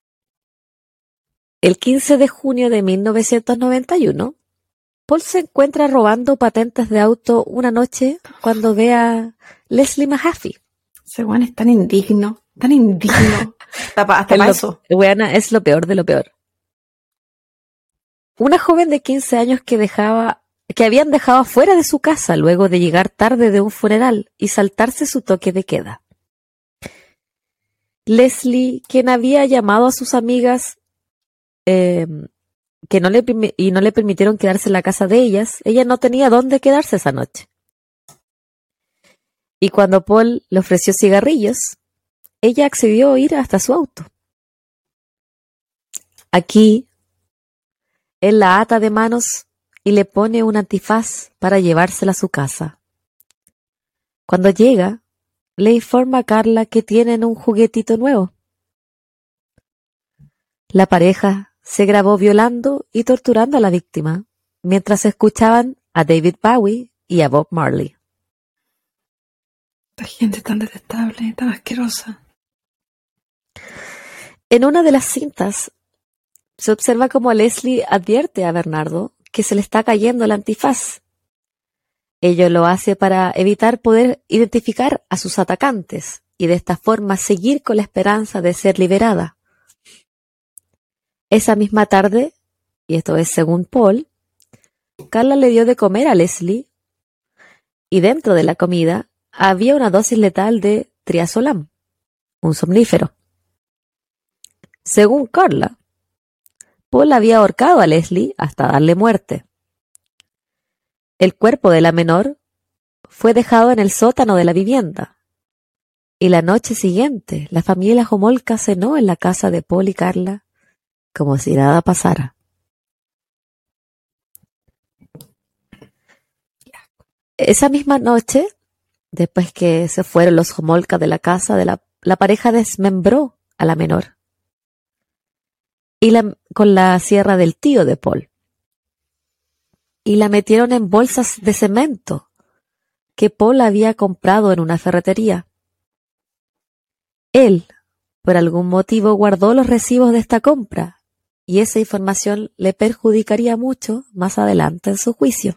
El 15 de junio de 1991, Paul se encuentra robando patentes de auto una noche cuando ve a Leslie Mahaffey. Ese weón es tan indigno, tan indigno. hasta para eso. Weana, es lo peor de lo peor. Una joven de 15 años que habían dejado afuera de su casa luego de llegar tarde de un funeral y saltarse su toque de queda. Leslie, quien había llamado a sus amigas que no le permitieron quedarse en la casa de ellas, ella no tenía dónde quedarse esa noche. Y cuando Paul le ofreció cigarrillos, ella accedió a ir hasta su auto. Aquí, él la ata de manos y le pone un antifaz para llevársela a su casa. Cuando llega, le informa a Carla que tienen un juguetito nuevo. La pareja se grabó violando y torturando a la víctima mientras escuchaban a David Bowie y a Bob Marley. Esta gente tan detestable, tan asquerosa. En una de las cintas se observa cómo Leslie advierte a Bernardo que se le está cayendo el antifaz. Ello lo hace para evitar poder identificar a sus atacantes y de esta forma seguir con la esperanza de ser liberada. Esa misma tarde, y esto es según Paul, Carla le dio de comer a Leslie y dentro de la comida había una dosis letal de triazolam, un somnífero. Según Carla, Paul había ahorcado a Leslie hasta darle muerte. El cuerpo de la menor fue dejado en el sótano de la vivienda y la noche siguiente la familia Homolka cenó en la casa de Paul y Carla como si nada pasara. Esa misma noche, después que se fueron los Homolka de la casa, la pareja desmembró a la menor y con la sierra del tío de Paul. Y la metieron en bolsas de cemento que Paul había comprado en una ferretería. Él, por algún motivo, guardó los recibos de esta compra y esa información le perjudicaría mucho más adelante en su juicio.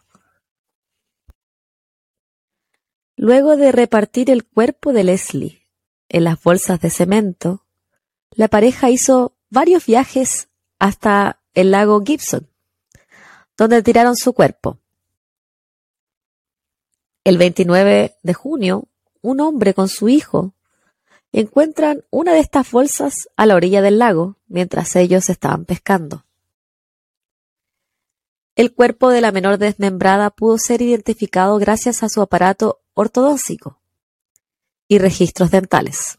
Luego de repartir el cuerpo de Leslie en las bolsas de cemento, la pareja hizo varios viajes hasta el lago Gibson, donde tiraron su cuerpo. El 29 de junio, un hombre con su hijo encuentran una de estas bolsas a la orilla del lago mientras ellos estaban pescando. El cuerpo de la menor desmembrada pudo ser identificado gracias a su aparato ortodóntico y registros dentales.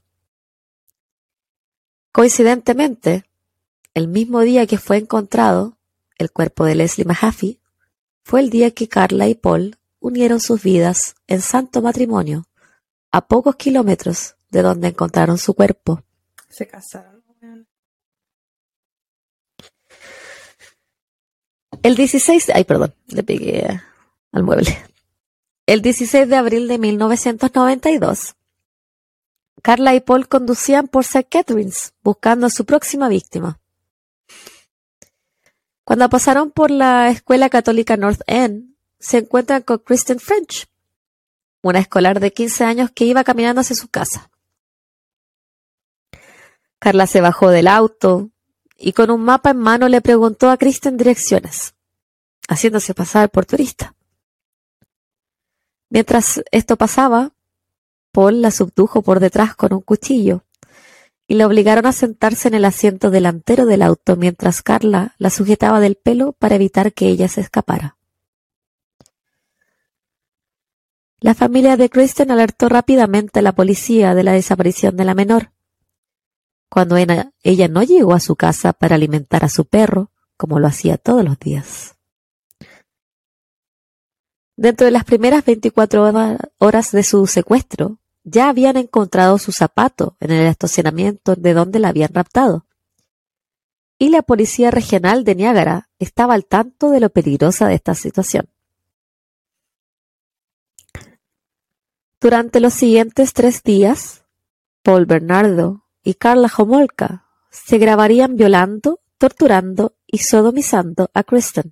Coincidentemente, el mismo día que fue encontrado el cuerpo de Leslie Mahaffey fue el día que Carla y Paul unieron sus vidas en santo matrimonio a pocos kilómetros de donde encontraron su cuerpo. Se casaron. El 16... Ay, perdón, le pegué al mueble. El 16 de abril de 1992, Carla y Paul conducían por St. Catharines buscando a su próxima víctima. Cuando pasaron por la escuela católica North End, se encuentran con Kristen French, una escolar de 15 años que iba caminando hacia su casa. Carla se bajó del auto y con un mapa en mano le preguntó a Kristen direcciones, haciéndose pasar por turista. Mientras esto pasaba, Paul la subdujo por detrás con un cuchillo y la obligaron a sentarse en el asiento delantero del auto mientras Carla la sujetaba del pelo para evitar que ella se escapara. La familia de Kristen alertó rápidamente a la policía de la desaparición de la menor. Cuando ella no llegó a su casa para alimentar a su perro, como lo hacía todos los días. Dentro de las primeras 24 horas de su secuestro, ya habían encontrado su zapato en el estacionamiento de donde la habían raptado. Y la policía regional de Niágara estaba al tanto de lo peligrosa de esta situación. Durante los siguientes 3 días, Paul Bernardo y Carla Homolka se grabarían violando, torturando y sodomizando a Kristen.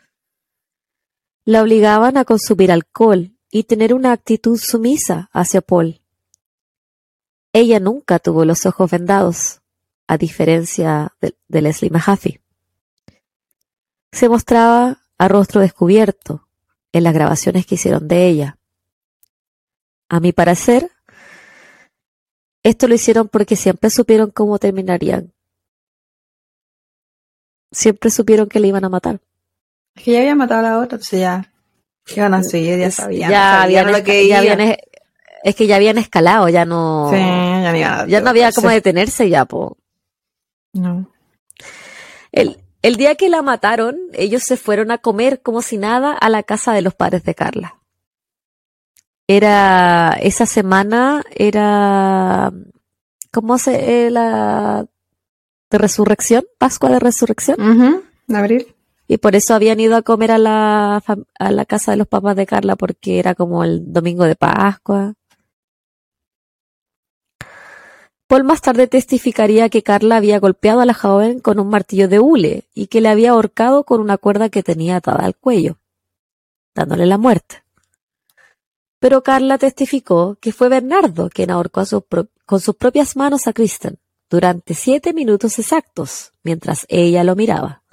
La obligaban a consumir alcohol y tener una actitud sumisa hacia Paul. Ella nunca tuvo los ojos vendados, a diferencia de Leslie Mahaffey. Se mostraba a rostro descubierto en las grabaciones que hicieron de ella. A mi parecer, esto lo hicieron porque siempre supieron cómo terminarían. Siempre supieron que le iban a matar. Es que ya había matado a la otra, entonces ya iban a seguir, ya sabían. Es que ya habían escalado, ya no. Sí, ya no había cómo detenerse ya, po. No. El día que la mataron, ellos se fueron a comer como si nada a la casa de los padres de Carla. Esa semana era, ¿cómo se, de resurrección, Pascua de Resurrección. De abril. Y por eso habían ido a comer a la casa de los papás de Carla, porque era como el domingo de Pascua. Paul más tarde testificaría que Carla había golpeado a la joven con un martillo de hule y que le había ahorcado con una cuerda que tenía atada al cuello, dándole la muerte. Pero Carla testificó que fue Bernardo quien ahorcó con sus propias manos a Kristen durante 7 minutos exactos, mientras ella lo miraba.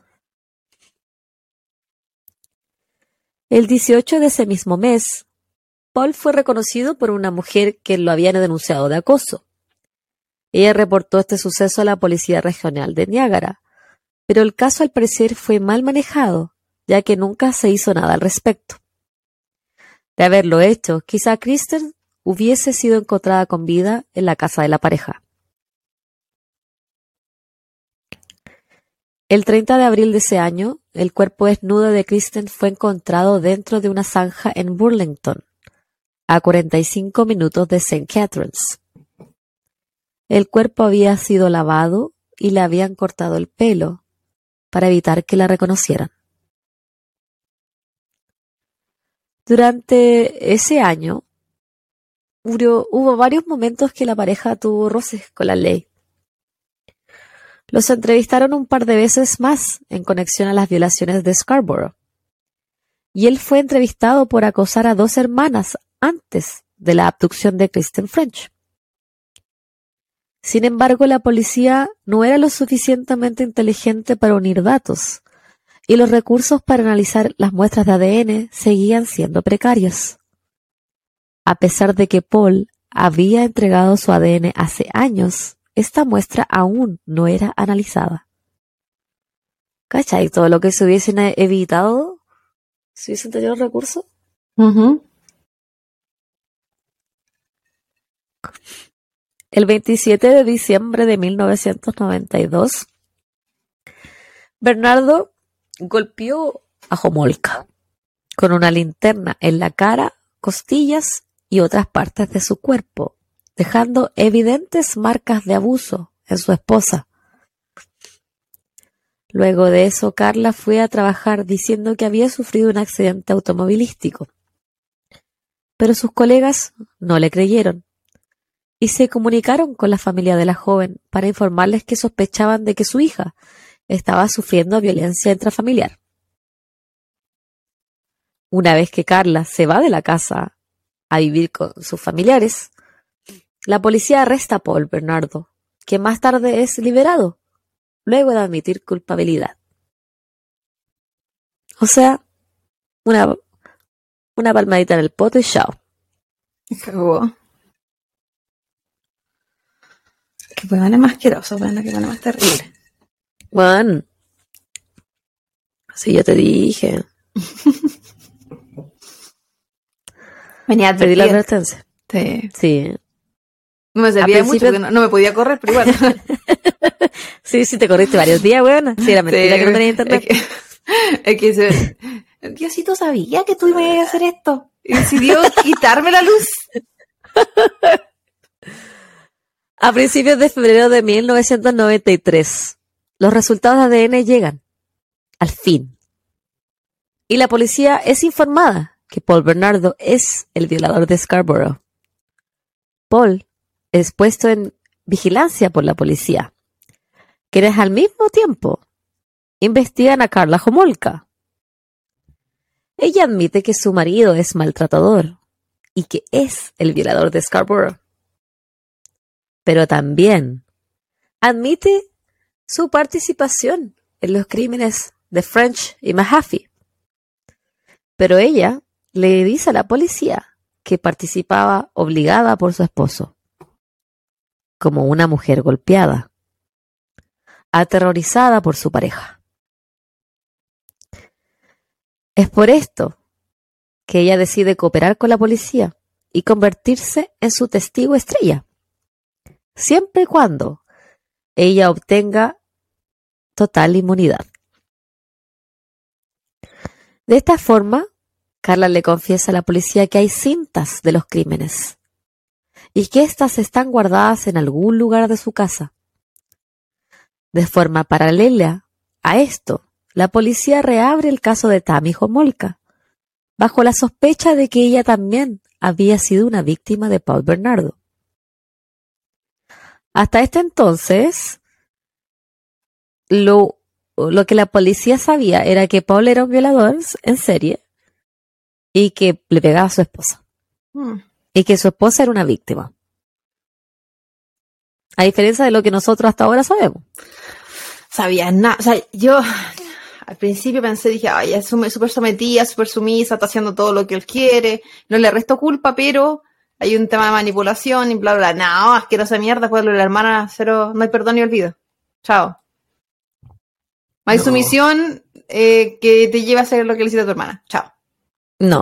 El 18 de ese mismo mes, Paul fue reconocido por una mujer que lo había denunciado de acoso. Ella reportó este suceso a la Policía Regional de Niágara, pero el caso al parecer fue mal manejado, ya que nunca se hizo nada al respecto. De haberlo hecho, quizá Kristen hubiese sido encontrada con vida en la casa de la pareja. El 30 de abril de ese año, el cuerpo desnudo de Kristen fue encontrado dentro de una zanja en Burlington, a 45 minutos de St. Catharines. El cuerpo había sido lavado y le habían cortado el pelo para evitar que la reconocieran. Durante ese año, hubo varios momentos que la pareja tuvo roces con la ley. Los entrevistaron un par de veces más en conexión a las violaciones de Scarborough. Y él fue entrevistado por acosar a 2 hermanas antes de la abducción de Kristen French. Sin embargo, la policía no era lo suficientemente inteligente para unir datos, y los recursos para analizar las muestras de ADN seguían siendo precarios. A pesar de que Paul había entregado su ADN hace años, esta muestra aún no era analizada. ¿Cachai? Todo lo que se hubiesen evitado si hubiesen tenido recursos. El 27 de diciembre de 1992, Bernardo golpeó a Homolka con una linterna en la cara, costillas y otras partes de su cuerpo, dejando evidentes marcas de abuso en su esposa. Luego de eso, Carla fue a trabajar diciendo que había sufrido un accidente automovilístico. Pero sus colegas no le creyeron y se comunicaron con la familia de la joven para informarles que sospechaban de que su hija estaba sufriendo violencia intrafamiliar. Una vez que Carla se va de la casa a vivir con sus familiares, la policía arresta a Paul Bernardo, que más tarde es liberado, luego de admitir culpabilidad. O sea, una palmadita en el poto y chao. Cagó. Que bueno, es más asqueroso, bueno, que bueno, más terrible. Bueno, si yo te dije. Venía a Pedí la advertencia. Sí. No me servía mucho porque no me podía correr, pero igual. Sí, te corriste varios días, weón. Sí, era mentira que no tenía internet. Diosito sabía que tú ibas a hacer esto. Y decidió quitarme la luz. A principios de febrero de 1993, los resultados de ADN llegan. Al fin. Y la policía es informada que Paul Bernardo es el violador de Scarborough. Paul es puesto en vigilancia por la policía, quienes al mismo tiempo investigan a Carla Homolka. Ella admite que su marido es maltratador y que es el violador de Scarborough. Pero también admite su participación en los crímenes de French y Mahaffey. Pero ella le dice a la policía que participaba obligada por su esposo, como una mujer golpeada, aterrorizada por su pareja. Es por esto que ella decide cooperar con la policía y convertirse en su testigo estrella, siempre y cuando ella obtenga total inmunidad. De esta forma, Carla le confiesa a la policía que hay cintas de los crímenes y que éstas están guardadas en algún lugar de su casa. De forma paralela a esto, la policía reabre el caso de Tammy Homolka, bajo la sospecha de que ella también había sido una víctima de Paul Bernardo. Hasta este entonces, lo que la policía sabía era que Paul era un violador en serie y que le pegaba a su esposa. Y que su esposa era una víctima. A diferencia de lo que nosotros hasta ahora sabemos. Sabía nada. O sea, yo al principio pensé, dije, ay, es súper sometida, súper sumisa, está haciendo todo lo que él quiere. No le resto culpa, pero hay un tema de manipulación y bla, bla. No, asquerosa mierda, pues la hermana, cero, no hay perdón ni olvido. Chao. No hay sumisión que te lleve a hacer lo que le hiciste a tu hermana. Chao. No.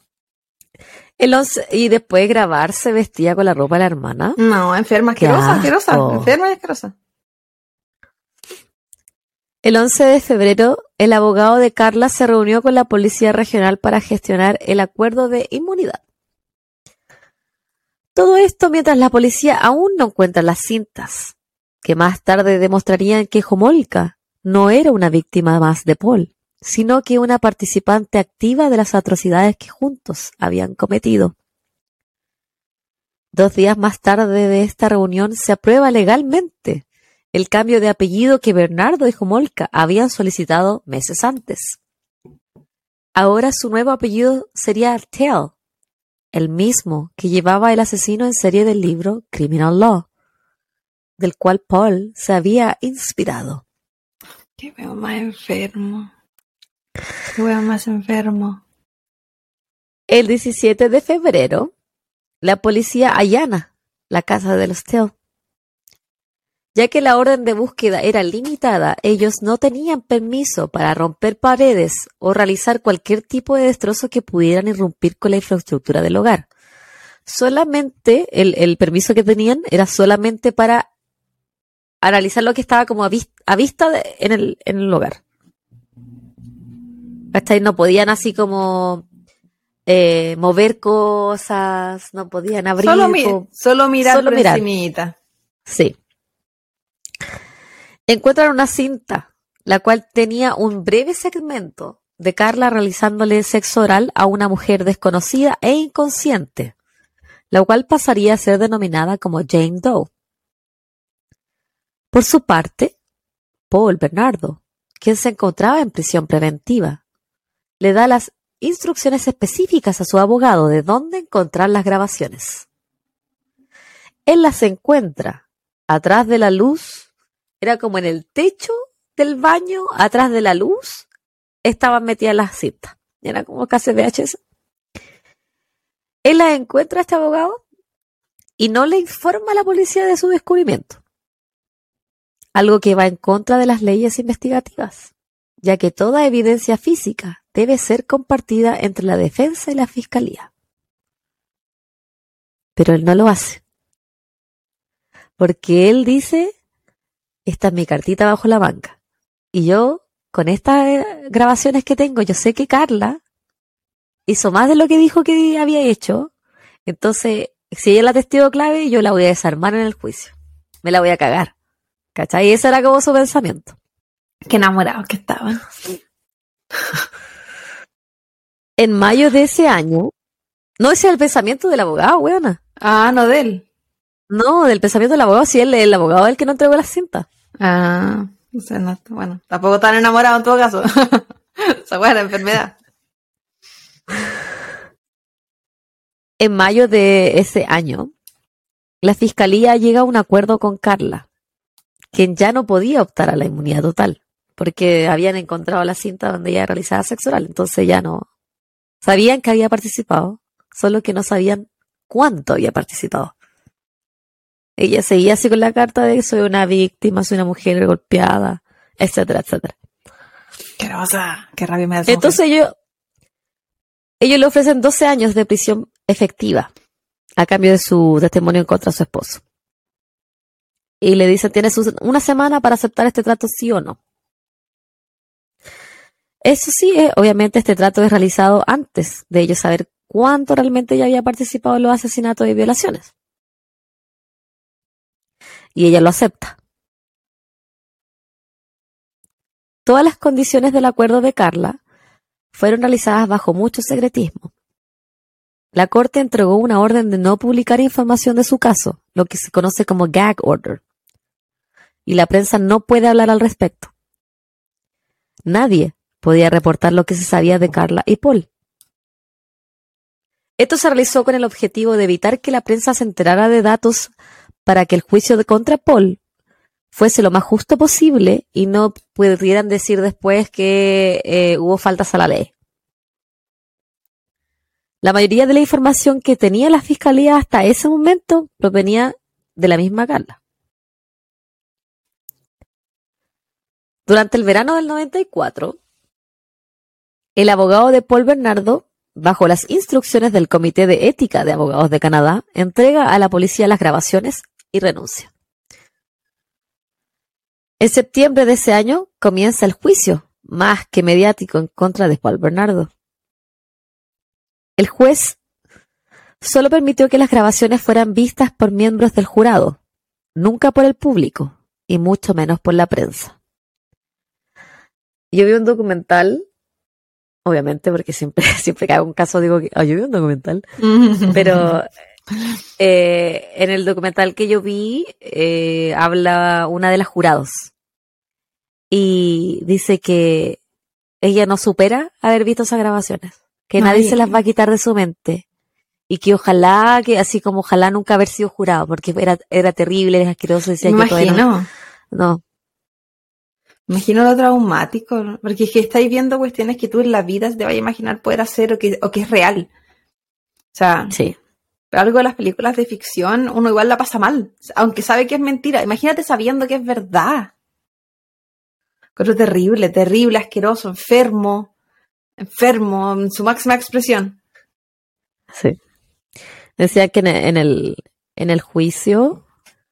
Y después grabarse vestía con la ropa de la hermana. No, enferma, asquerosa, enferma y asquerosa. El 11 de febrero, el abogado de Carla se reunió con la Policía Regional para gestionar el acuerdo de inmunidad. Todo esto mientras la policía aún no encuentra las cintas, que más tarde demostrarían que Homolka no era una víctima más de Paul, sino que una participante activa de las atrocidades que juntos habían cometido. 2 días más tarde de esta reunión se aprueba legalmente el cambio de apellido que Bernardo y Homolka habían solicitado meses antes. Ahora su nuevo apellido sería Tell, el mismo que llevaba el asesino en serie del libro Criminal Law, del cual Paul se había inspirado. Qué veo más enfermo. Qué veo más enfermo. El 17 de febrero, la policía allana la casa de los Tell. Ya que la orden de búsqueda era limitada, ellos no tenían permiso para romper paredes o realizar cualquier tipo de destrozo que pudieran irrumpir con la infraestructura del hogar. Solamente el permiso que tenían era solamente para analizar lo que estaba como a vista en el hogar. ¿Cachai? No podían así como mover cosas, no podían abrir. Solo mirar por encimita. Sí. Encuentran una cinta, la cual tenía un breve segmento de Carla realizándole sexo oral a una mujer desconocida e inconsciente, la cual pasaría a ser denominada como Jane Doe. Por su parte, Paul Bernardo, quien se encontraba en prisión preventiva, le da las instrucciones específicas a su abogado de dónde encontrar las grabaciones. Él las encuentra atrás de la luz. Era como en el techo del baño, atrás de la luz, estaban metidas las cintas. Era como casi VHS. Él las encuentra a este abogado y no le informa a la policía de su descubrimiento. Algo que va en contra de las leyes investigativas, ya que toda evidencia física debe ser compartida entre la defensa y la fiscalía. Pero él no lo hace. Porque él dice: esta es mi cartita bajo la manga. Y yo, con estas grabaciones que tengo, yo sé que Carla hizo más de lo que dijo que había hecho. Entonces, si ella es la testigo clave, yo la voy a desarmar en el juicio. Me la voy a cagar. ¿Cachai? Y ese era como su pensamiento. Qué enamorados que estaban. En mayo de ese año, no, ese es el pensamiento del abogado, weona. Ah, no de él. No, del pensamiento del abogado, sí, el abogado es el que no entregó las cintas. Ah, o sea, no, bueno, tampoco tan enamorado en todo caso. Esa buena enfermedad. En mayo de ese año, la fiscalía llega a un acuerdo con Carla, quien ya no podía optar a la inmunidad total, porque habían encontrado la cinta donde ella realizaba sexo oral, entonces ya no. Sabían que había participado, solo que no sabían cuánto había participado. Ella seguía así con la carta de soy una víctima, soy una mujer golpeada, etcétera, etcétera. Qué rosa, qué rabia me da. Entonces ellos le ofrecen 12 años de prisión efectiva a cambio de su testimonio en contra de su esposo. Y le dicen, tienes una semana para aceptar este trato, sí o no. Eso sí, obviamente este trato es realizado antes de ellos saber cuánto realmente ella había participado en los asesinatos y violaciones. Y ella lo acepta. Todas las condiciones del acuerdo de Carla fueron realizadas bajo mucho secretismo. La corte entregó una orden de no publicar información de su caso, lo que se conoce como gag order, y la prensa no puede hablar al respecto. Nadie podía reportar lo que se sabía de Carla y Paul. Esto se realizó con el objetivo de evitar que la prensa se enterara de datos para que el juicio contra Paul fuese lo más justo posible y no pudieran decir después que hubo faltas a la ley. La mayoría de la información que tenía la fiscalía hasta ese momento provenía de la misma Carla. Durante el verano del 94, el abogado de Paul Bernardo, bajo las instrucciones del Comité de Ética de Abogados de Canadá, entrega a la policía las grabaciones y renuncia. En septiembre de ese año comienza el juicio, más que mediático, en contra de Paul Bernardo. El juez solo permitió que las grabaciones fueran vistas por miembros del jurado, nunca por el público, y mucho menos por la prensa. Yo vi un documental, obviamente, porque siempre que hago un caso digo que yo vi un documental, pero en el documental que yo vi habla una de las jurados y dice que ella no supera haber visto esas grabaciones, que nadie se las va a quitar de su mente y que ojalá, que así como ojalá nunca haber sido jurado, porque era terrible, era asqueroso, decía me que imagino. No. Me imagino lo traumático, ¿no? Porque es que estáis viendo cuestiones que tú en la vida te vayas a imaginar poder hacer o que es real. O sea, sí. Algo de las películas de ficción, uno igual la pasa mal, aunque sabe que es mentira. Imagínate sabiendo que es verdad. Pero terrible, terrible, asqueroso, enfermo en su máxima expresión. Sí. Decía que en el juicio,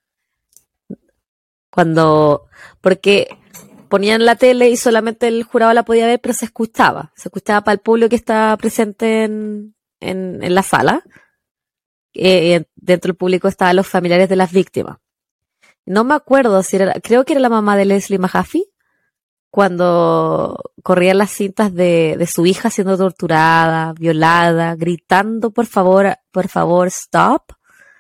porque ponían la tele y solamente el jurado la podía ver, pero se escuchaba para el público que estaba presente en la sala. Dentro del público estaban los familiares de las víctimas. No me acuerdo si creo que era la mamá de Leslie Mahaffey, cuando corrían las cintas de su hija siendo torturada, violada, gritando por favor, stop.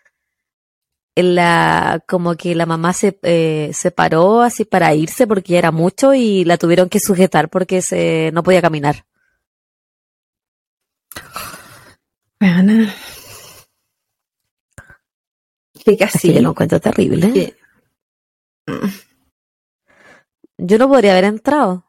Como que la mamá se paró así para irse porque ya era mucho y la tuvieron que sujetar porque no podía caminar. Bueno. Que casi. Así que lo encuentro terrible. ¿Qué? Yo no podría haber entrado.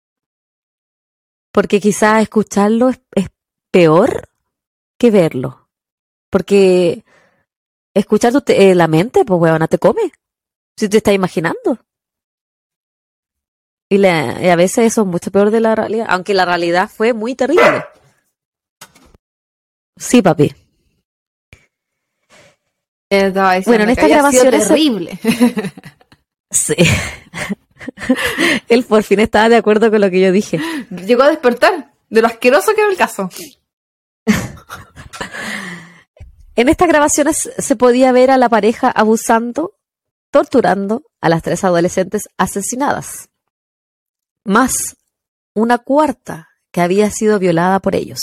Porque quizás escucharlo es peor que verlo. Porque escuchar la mente, pues huevona, te come. Si te estás imaginando. Y a veces eso es mucho peor de la realidad. Aunque la realidad fue muy terrible. Sí, papi. Bueno, en esta grabación es terrible. Sí. Él por fin estaba de acuerdo con lo que yo dije. Llegó a despertar de lo asqueroso que era el caso. En estas grabaciones se podía ver a la pareja abusando, torturando a las 3 adolescentes asesinadas, más una cuarta que había sido violada por ellos.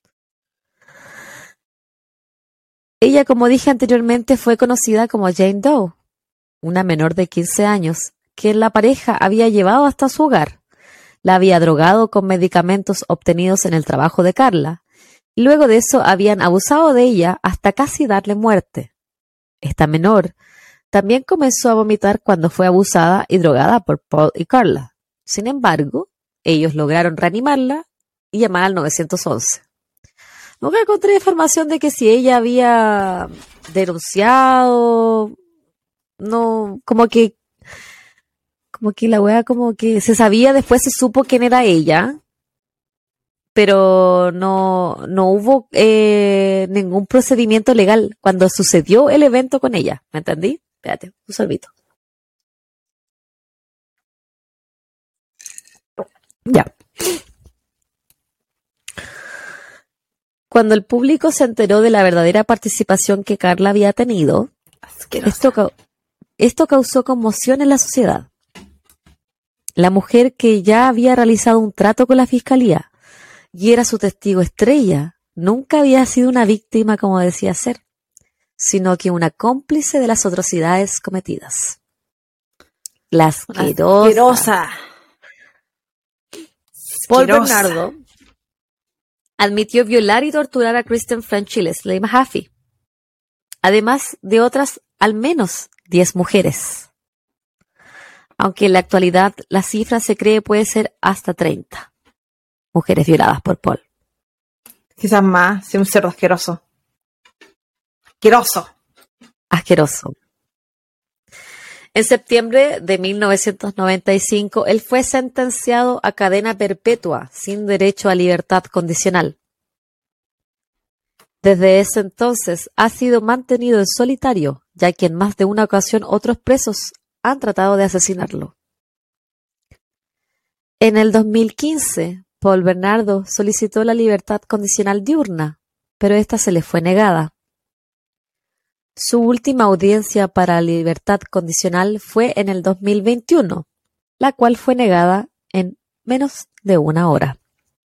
Ella, como dije anteriormente, fue conocida como Jane Doe, una menor de 15 años, que la pareja había llevado hasta su hogar. La había drogado con medicamentos obtenidos en el trabajo de Carla. Y luego de eso habían abusado de ella hasta casi darle muerte. Esta menor también comenzó a vomitar cuando fue abusada y drogada por Paul y Carla. Sin embargo, ellos lograron reanimarla y llamar al 911. Nunca encontré información de que si ella había denunciado, no, como que la wea como que se sabía, después se supo quién era ella, pero no hubo ningún procedimiento legal cuando sucedió el evento con ella, ¿me entendí? Espérate, un sorbito. Ya. Cuando el público se enteró de la verdadera participación que Carla había tenido, esto causó conmoción en la sociedad. la mujer que ya había realizado un trato con la fiscalía y era su testigo estrella, nunca había sido una víctima como decía ser, sino que una cómplice de las atrocidades cometidas. La asquerosa. Paul Bernardo admitió violar y torturar a Kristen French y Leslie Mahaffey, además de otras al menos 10 mujeres. Aunque en la actualidad la cifra se cree puede ser hasta 30 mujeres violadas por Paul. Quizás más, si un cerdo asqueroso. Asqueroso. Asqueroso. En septiembre de 1995, él fue sentenciado a cadena perpetua sin derecho a libertad condicional. Desde ese entonces ha sido mantenido en solitario, ya que en más de una ocasión otros presos han tratado de asesinarlo. En el 2015, Paul Bernardo solicitó la libertad condicional diurna, pero esta se le fue negada. Su última audiencia para libertad condicional fue en el 2021, la cual fue negada en menos de una hora.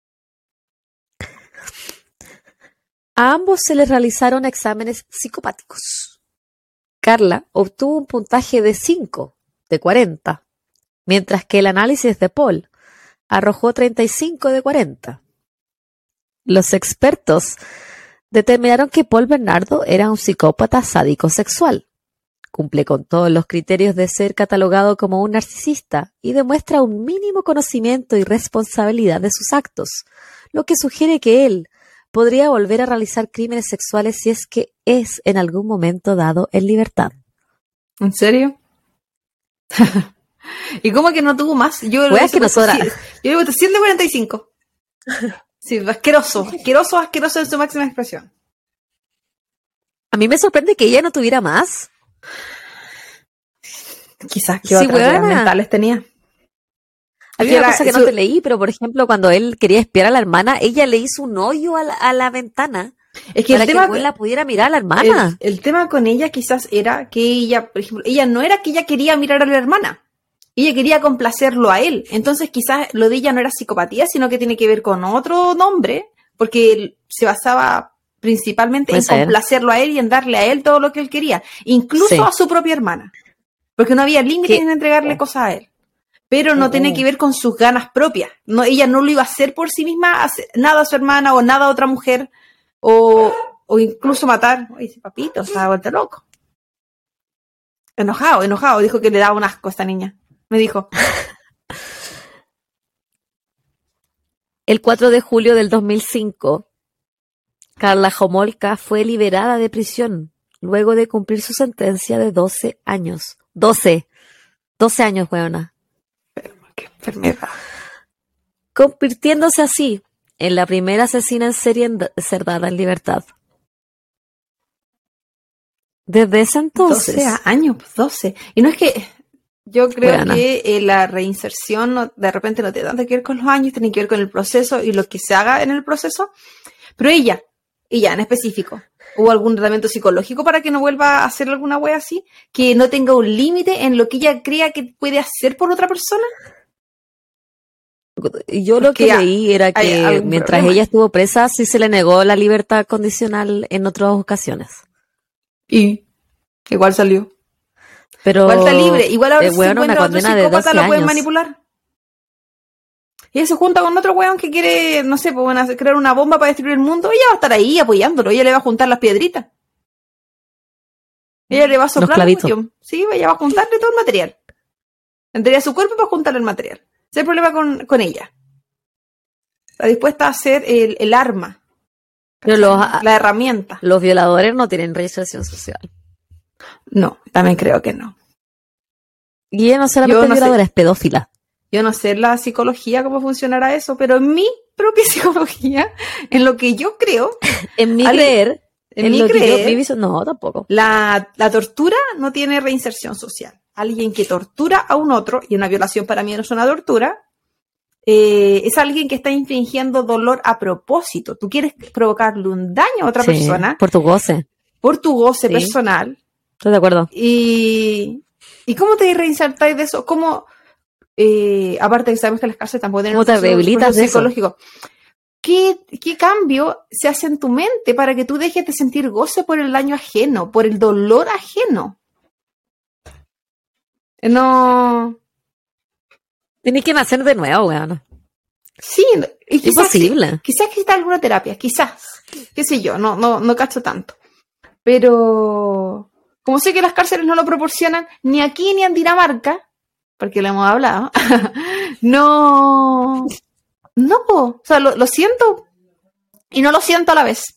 A ambos se les realizaron exámenes psicopáticos. Carla obtuvo un puntaje de 5 de 40, mientras que el análisis de Paul arrojó 35 de 40. Los expertos determinaron que Paul Bernardo era un psicópata sádico sexual. Cumple con todos los criterios de ser catalogado como un narcisista y demuestra un mínimo conocimiento y responsabilidad de sus actos, lo que sugiere que él podría volver a realizar crímenes sexuales si es que es en algún momento dado en libertad. ¿En serio? ¿Y cómo que no tuvo más? Yo le digo 100 de 45. Sí, asqueroso en su máxima expresión. A mí me sorprende que ella no tuviera más. Quizás que otras ideas mentales tenía. Había una cosa que no te leí, pero por ejemplo, cuando él quería espiar a la hermana, ella le hizo un hoyo a la ventana. Es que para que él la pudiera mirar a la hermana. El tema con ella quizás era que ella, por ejemplo, ella no era que ella quería mirar a la hermana. Ella quería complacerlo a él. Entonces quizás lo de ella no era psicopatía, sino que tiene que ver con otro nombre, porque él se basaba principalmente en complacerlo a él y en darle a él todo lo que él quería, incluso a su propia hermana, porque no había límites en entregarle cosas a él. Pero no tiene que ver con sus ganas propias. No, ella no lo iba a hacer por sí misma, nada a su hermana o nada a otra mujer, o incluso matar. Oye, ese papito se ha vuelto loco. Enojado, dijo que le daba un asco a esta niña. Me dijo. El 4 de julio del 2005, Karla Homolka fue liberada de prisión luego de cumplir su sentencia de 12 años. 12 años, weona. Qué enfermedad. Convirtiéndose así en la primera asesina en serie en ser dada en libertad. Desde ese entonces. 12 años, 12. Y no es que. Yo creo que la reinserción de repente no tiene tanto que ver con los años, tiene que ver con el proceso y lo que se haga en el proceso. Pero ella en específico, ¿hubo algún tratamiento psicológico para que no vuelva a hacer alguna wea así? ¿Que no tenga un límite en lo que ella crea que puede hacer por otra persona? Yo lo que leí era que mientras ella estuvo presa, sí se le negó la libertad condicional en otras ocasiones. Y igual salió. Pero igual está libre, igual ahora se encuentra otro psicópata, lo pueden manipular. Y ella se junta con otro weón que quiere, no sé, pues, crear una bomba para destruir el mundo. Ella va a estar ahí apoyándolo, ella le va a juntar las piedritas. Ella le va a soplar la cuestión. Sí, ella va a juntarle todo el material. Tendría su cuerpo para juntarle el material. Ese es el problema con ella. Está dispuesta a hacer el arma. Pero la herramienta. Los violadores no tienen reinserción social. No, también creo que no. Y ella no solamente violadora, es pedófila. Yo no sé la psicología, cómo funcionará eso, pero en mi propia psicología, en lo que yo creo... en mi creer... no, tampoco. La tortura no tiene reinserción social. Alguien que tortura a un otro, y una violación para mí no es una tortura, es alguien que está infringiendo dolor a propósito. Tú quieres provocarle un daño a otra persona. Por tu goce. Por tu goce personal. Estoy de acuerdo. ¿Y cómo te reinsertáis de eso? ¿Cómo aparte que sabemos que las cárceles tampoco tienen ¿Cómo te rehabilitas de eso? psicológico. ¿Qué cambio se hace en tu mente para que tú dejes de sentir goce por el daño ajeno, por el dolor ajeno? No. Tienes que nacer de nuevo, weón. Sí, y Es imposible. Quizás exista alguna terapia, quizás. Qué sé yo, no cacho tanto. Pero como sé que las cárceles no lo proporcionan, ni aquí ni en Dinamarca, porque lo hemos hablado, no, o sea, lo siento y no lo siento a la vez.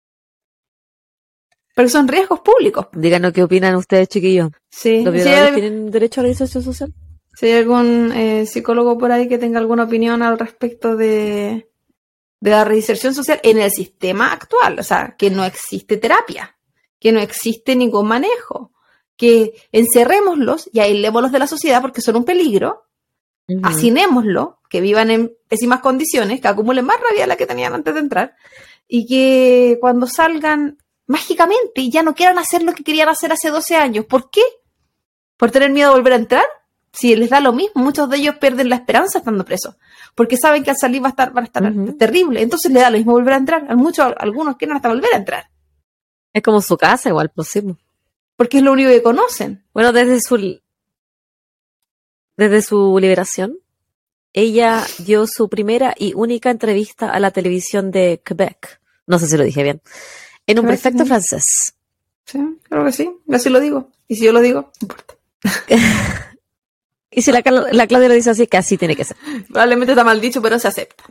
Pero son riesgos públicos. Díganos qué opinan ustedes, chiquillos. Sí. ¿Los violadores tienen derecho a la reinserción social? Si hay algún psicólogo por ahí que tenga alguna opinión al respecto de la reinserción social en el sistema actual, o sea, que no existe terapia, que no existe ningún manejo, que encerrémoslos y aislémoslos de la sociedad porque son un peligro, hacinémoslo, que vivan en pésimas condiciones, que acumulen más rabia de la que tenían antes de entrar, y que cuando salgan mágicamente ya no quieran hacer lo que querían hacer hace 12 años. ¿Por qué? ¿Por tener miedo a volver a entrar? Si les da lo mismo, muchos de ellos pierden la esperanza estando presos, porque saben que al salir van a estar terrible, entonces les da lo mismo volver a entrar. Algunos quieren hasta volver a entrar. Es como su casa, igual, posible. Porque es lo único que conocen. Bueno, desde su liberación, ella dio su primera y única entrevista a la televisión de Quebec. No sé si lo dije bien. En un perfecto francés. Sí, creo que sí. Así lo digo. Y si yo lo digo, no importa. Y si la Claudia lo dice así, que así tiene que ser. Probablemente está mal dicho, pero se acepta.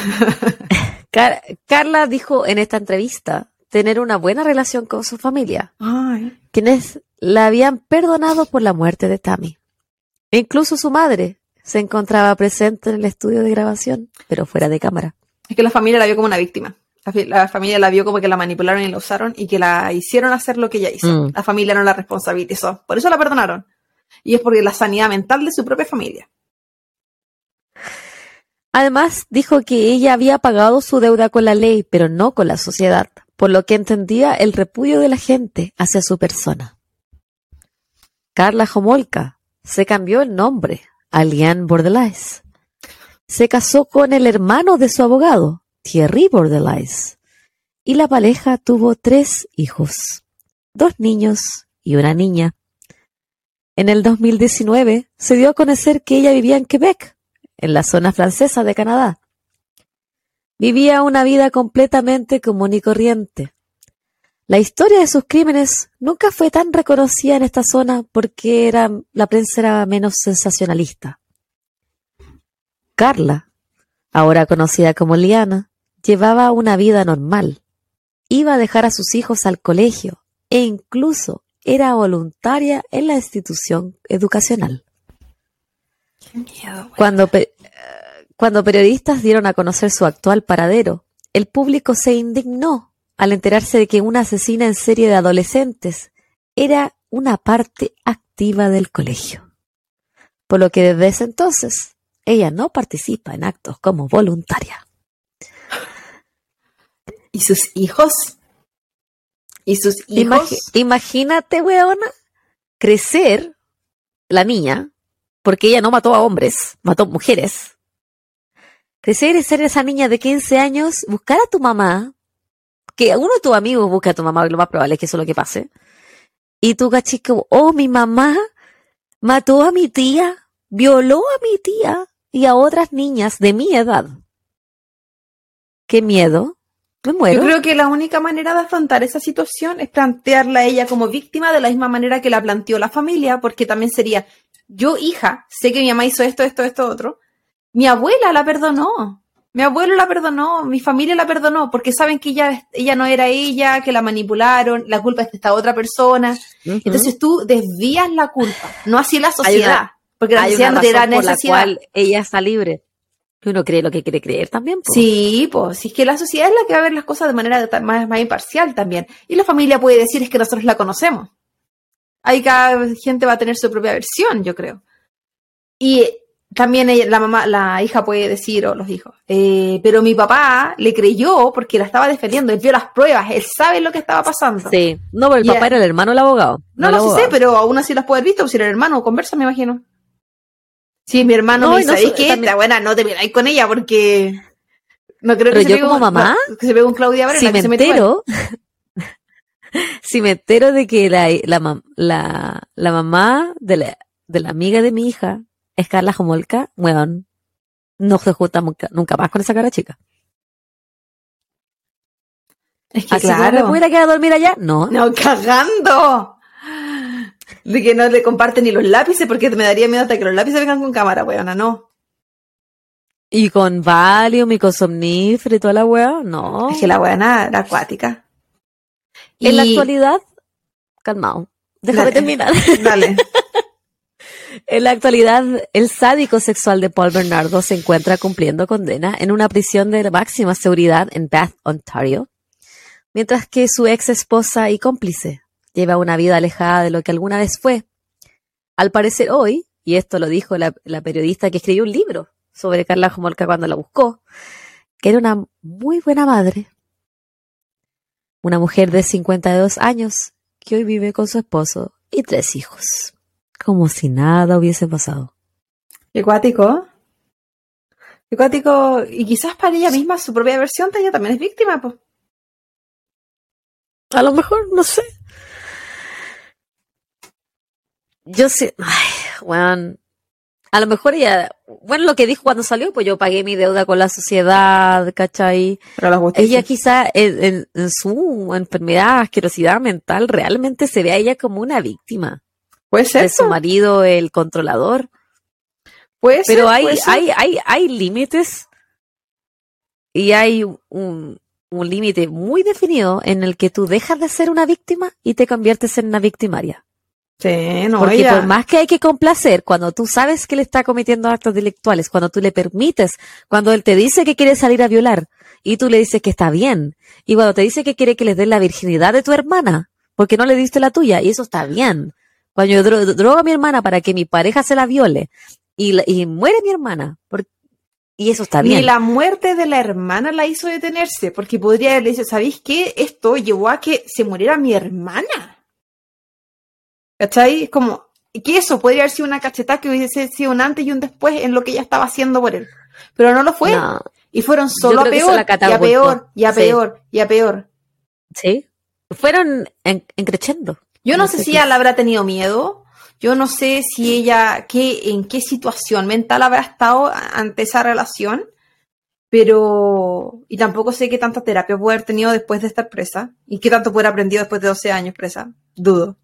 Carla dijo en esta entrevista tener una buena relación con su familia, quienes la habían perdonado por la muerte de Tammy. E incluso su madre se encontraba presente en el estudio de grabación, pero fuera de cámara. Es que la familia la vio como una víctima. La familia la vio como que la manipularon y la usaron y que la hicieron hacer lo que ella hizo. La familia no la responsabilizó. Por eso la perdonaron. Y es porque la sanidad mental de su propia familia. Además, dijo que ella había pagado su deuda con la ley, pero no con la sociedad, por lo que entendía el repudio de la gente hacia su persona. Carla Homolka se cambió el nombre a Liane Bordelais. Se casó con el hermano de su abogado, Thierry Bordelais, y la pareja tuvo 3 hijos, 2 niños y una niña. En el 2019 se dio a conocer que ella vivía en Quebec, en la zona francesa de Canadá. Vivía una vida completamente común y corriente. La historia de sus crímenes nunca fue tan reconocida en esta zona porque la prensa era menos sensacionalista. Carla, ahora conocida como Liana, llevaba una vida normal. Iba a dejar a sus hijos al colegio e incluso era voluntaria en la institución educacional. Qué miedo, Cuando periodistas dieron a conocer su actual paradero, el público se indignó al enterarse de que una asesina en serie de adolescentes era una parte activa del colegio. Por lo que desde ese entonces, ella no participa en actos como voluntaria. ¿Y sus hijos? ¿Y sus hijos? Imagínate, weona, crecer la niña, porque ella no mató a hombres, mató mujeres. Crecer y ser esa niña de 15 años, buscar a tu mamá, que uno de tus amigos busca a tu mamá, lo más probable es que eso es lo que pase. Y tú, cachico, mi mamá mató a mi tía, violó a mi tía y a otras niñas de mi edad. ¡Qué miedo! Me muero. Yo creo que la única manera de afrontar esa situación es plantearla a ella como víctima de la misma manera que la planteó la familia, porque también sería, yo hija, sé que mi mamá hizo esto, otro, mi abuela la perdonó, mi abuelo la perdonó, mi familia la perdonó, porque saben que ella no era ella, que la manipularon, la culpa es de esta otra persona. Entonces tú desvías la culpa, no así la sociedad, porque la sociedad no te da necesidad. Por la cual ella está libre. Uno cree lo que quiere creer también, po. Sí, pues, si es que la sociedad es la que va a ver las cosas de manera más imparcial también. Y la familia puede decir es que nosotros la conocemos. Ahí cada gente va a tener su propia versión, yo creo. Y también la hija puede decir, o los hijos, pero mi papá le creyó porque la estaba defendiendo, él vio las pruebas, él sabe lo que estaba pasando. Sí, no, pero el papá era el hermano del abogado. No sé, pero aún así las puede haber visto, si era el hermano, conversa, me imagino. Sí, mi hermano No, me y no dice, ¿sabes so- qué? también- Está buena, no te miráis con ella porque no creo Pero que se yo pegue como mamá, que se pegue un Claudia Varela, si me que se mete igual. entero, si me entero de que la mamá de la amiga de mi hija es Carla Homolka, weón, no se junta nunca más con esa cara chica. Es que Así como me claro, pudiera quedar a dormir allá, no. no, cagando. De que no le comparten ni los lápices porque me daría miedo hasta que los lápices vengan con cámara, weona, no. Y con Valium y con Somnífero y toda la weá, no. Es que la weona era acuática. En la actualidad, calmado. Déjame Dale. terminar. Dale. En la actualidad, el sádico sexual de Paul Bernardo se encuentra cumpliendo condena en una prisión de máxima seguridad en Bath, Ontario, mientras que su ex esposa y cómplice lleva una vida alejada de lo que alguna vez fue. Al parecer hoy, y esto lo dijo la periodista que escribió un libro sobre Carla Homolka cuando la buscó, que era una muy buena madre, una mujer de 52 años que hoy vive con su esposo y 3 hijos, como si nada hubiese pasado. Qué cuático. Qué cuático. Y quizás para ella misma, su propia versión, ella también es víctima, pues. A lo mejor, no sé. Yo sé, ay, weón. A lo mejor ella, bueno, lo que dijo cuando salió, pues yo pagué mi deuda con la sociedad, ¿cachai? Pero la justicia. Ella quizá en su enfermedad, asquerosidad mental, realmente se ve a ella como una víctima Puede ser. de su marido, el controlador. Puede ser. Pero puede ser. hay límites y hay un límite muy definido en el que tú dejas de ser una víctima y te conviertes en una victimaria. Sí, no, Porque ella. por más que hay que complacer, cuando tú sabes que él está cometiendo actos delictuales, cuando tú le permites, cuando él te dice que quiere salir a violar y tú le dices que está bien, y cuando te dice que quiere que le des la virginidad de tu hermana, porque no le diste la tuya, y eso está bien. Cuando yo drogo a mi hermana para que mi pareja se la viole y muere mi hermana, y eso está bien. Ni la muerte de la hermana la hizo detenerse, porque podría haberle dicho, ¿sabéis qué? Esto llevó a que se muriera mi hermana. ¿Cachai? Es como, que eso podría haber sido una cachetada que hubiese sido un antes y un después en lo que ella estaba haciendo por él. Pero no lo fue. No. Y fueron solo a Yo creo que peor, se la y a catapultó. peor, y a Sí. peor, y a peor. Sí. Fueron encrechendo. Yo no sé si ella le habrá tenido miedo. Yo no sé si ella, en qué situación mental habrá estado ante esa relación. Pero, y tampoco sé qué tanta terapia puede haber tenido después de estar presa. Y qué tanto puede haber aprendido después de 12 años presa. Dudo.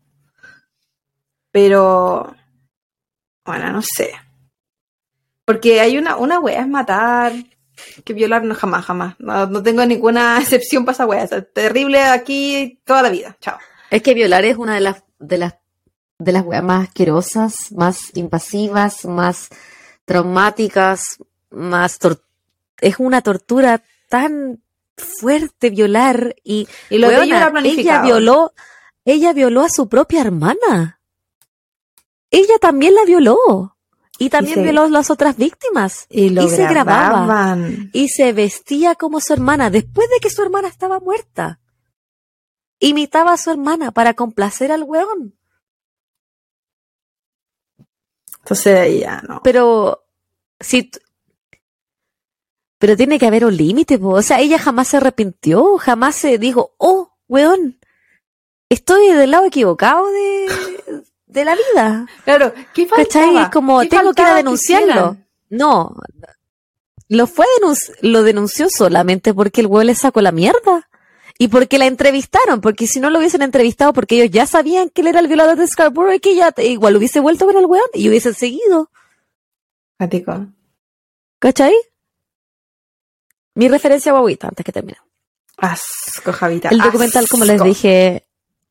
Pero, bueno, no sé. Porque hay una wea es matar, que violar no, jamás. No tengo ninguna excepción para esa wea. O sea, terrible aquí toda la vida. Chao. Es que violar es una de las weas más asquerosas, más invasivas, más traumáticas, es una tortura tan fuerte violar y lo de ella era weona, planificado. ella violó a su propia hermana. Ella también la violó. Y también violó a las otras víctimas. Y se grababa. grababan. Y se vestía como su hermana después de que su hermana estaba muerta. Imitaba a su hermana para complacer al weón. Entonces ya no. Pero pero tiene que haber un límite, po. O sea, ella jamás se arrepintió, jamás se dijo, oh, weón, estoy del lado equivocado de la vida. Claro, ¿qué faltaba? ¿Cachai? Es como, ¿Qué tengo que ir a faltaba denunciarlo. No, lo denunció solamente porque el weón le sacó la mierda. Y porque la entrevistaron, porque si no lo hubiesen entrevistado, porque ellos ya sabían que él era el violador de Scarborough y que ella igual hubiese vuelto con el weón y hubiesen seguido. Fático. ¿Cachai? Mi referencia guaguita, antes que termine. Asco, Javita. El documental, como les dije.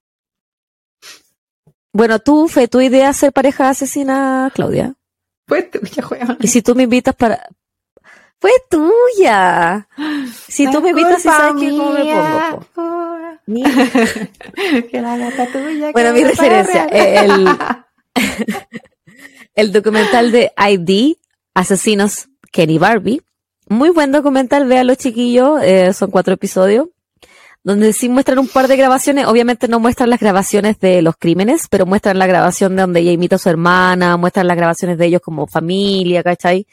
Bueno, fue tu idea ser pareja asesina, Claudia. Fue tuya, weón. Y si tú me invitas para... ¡Fue tuya! Si tú me invitas, ¿sí sabes que cómo me pongo? Que la gata tuya. Bueno, mi referencia. El documental de ID, Asesinos Kenny Barbie. Muy buen documental, véanlo, chiquillos. Son 4 episodios. donde sí muestran un par de grabaciones. Obviamente no muestran las grabaciones de los crímenes, pero muestran la grabación de donde ella imita a su hermana, muestran las grabaciones de ellos como familia, ¿cachai?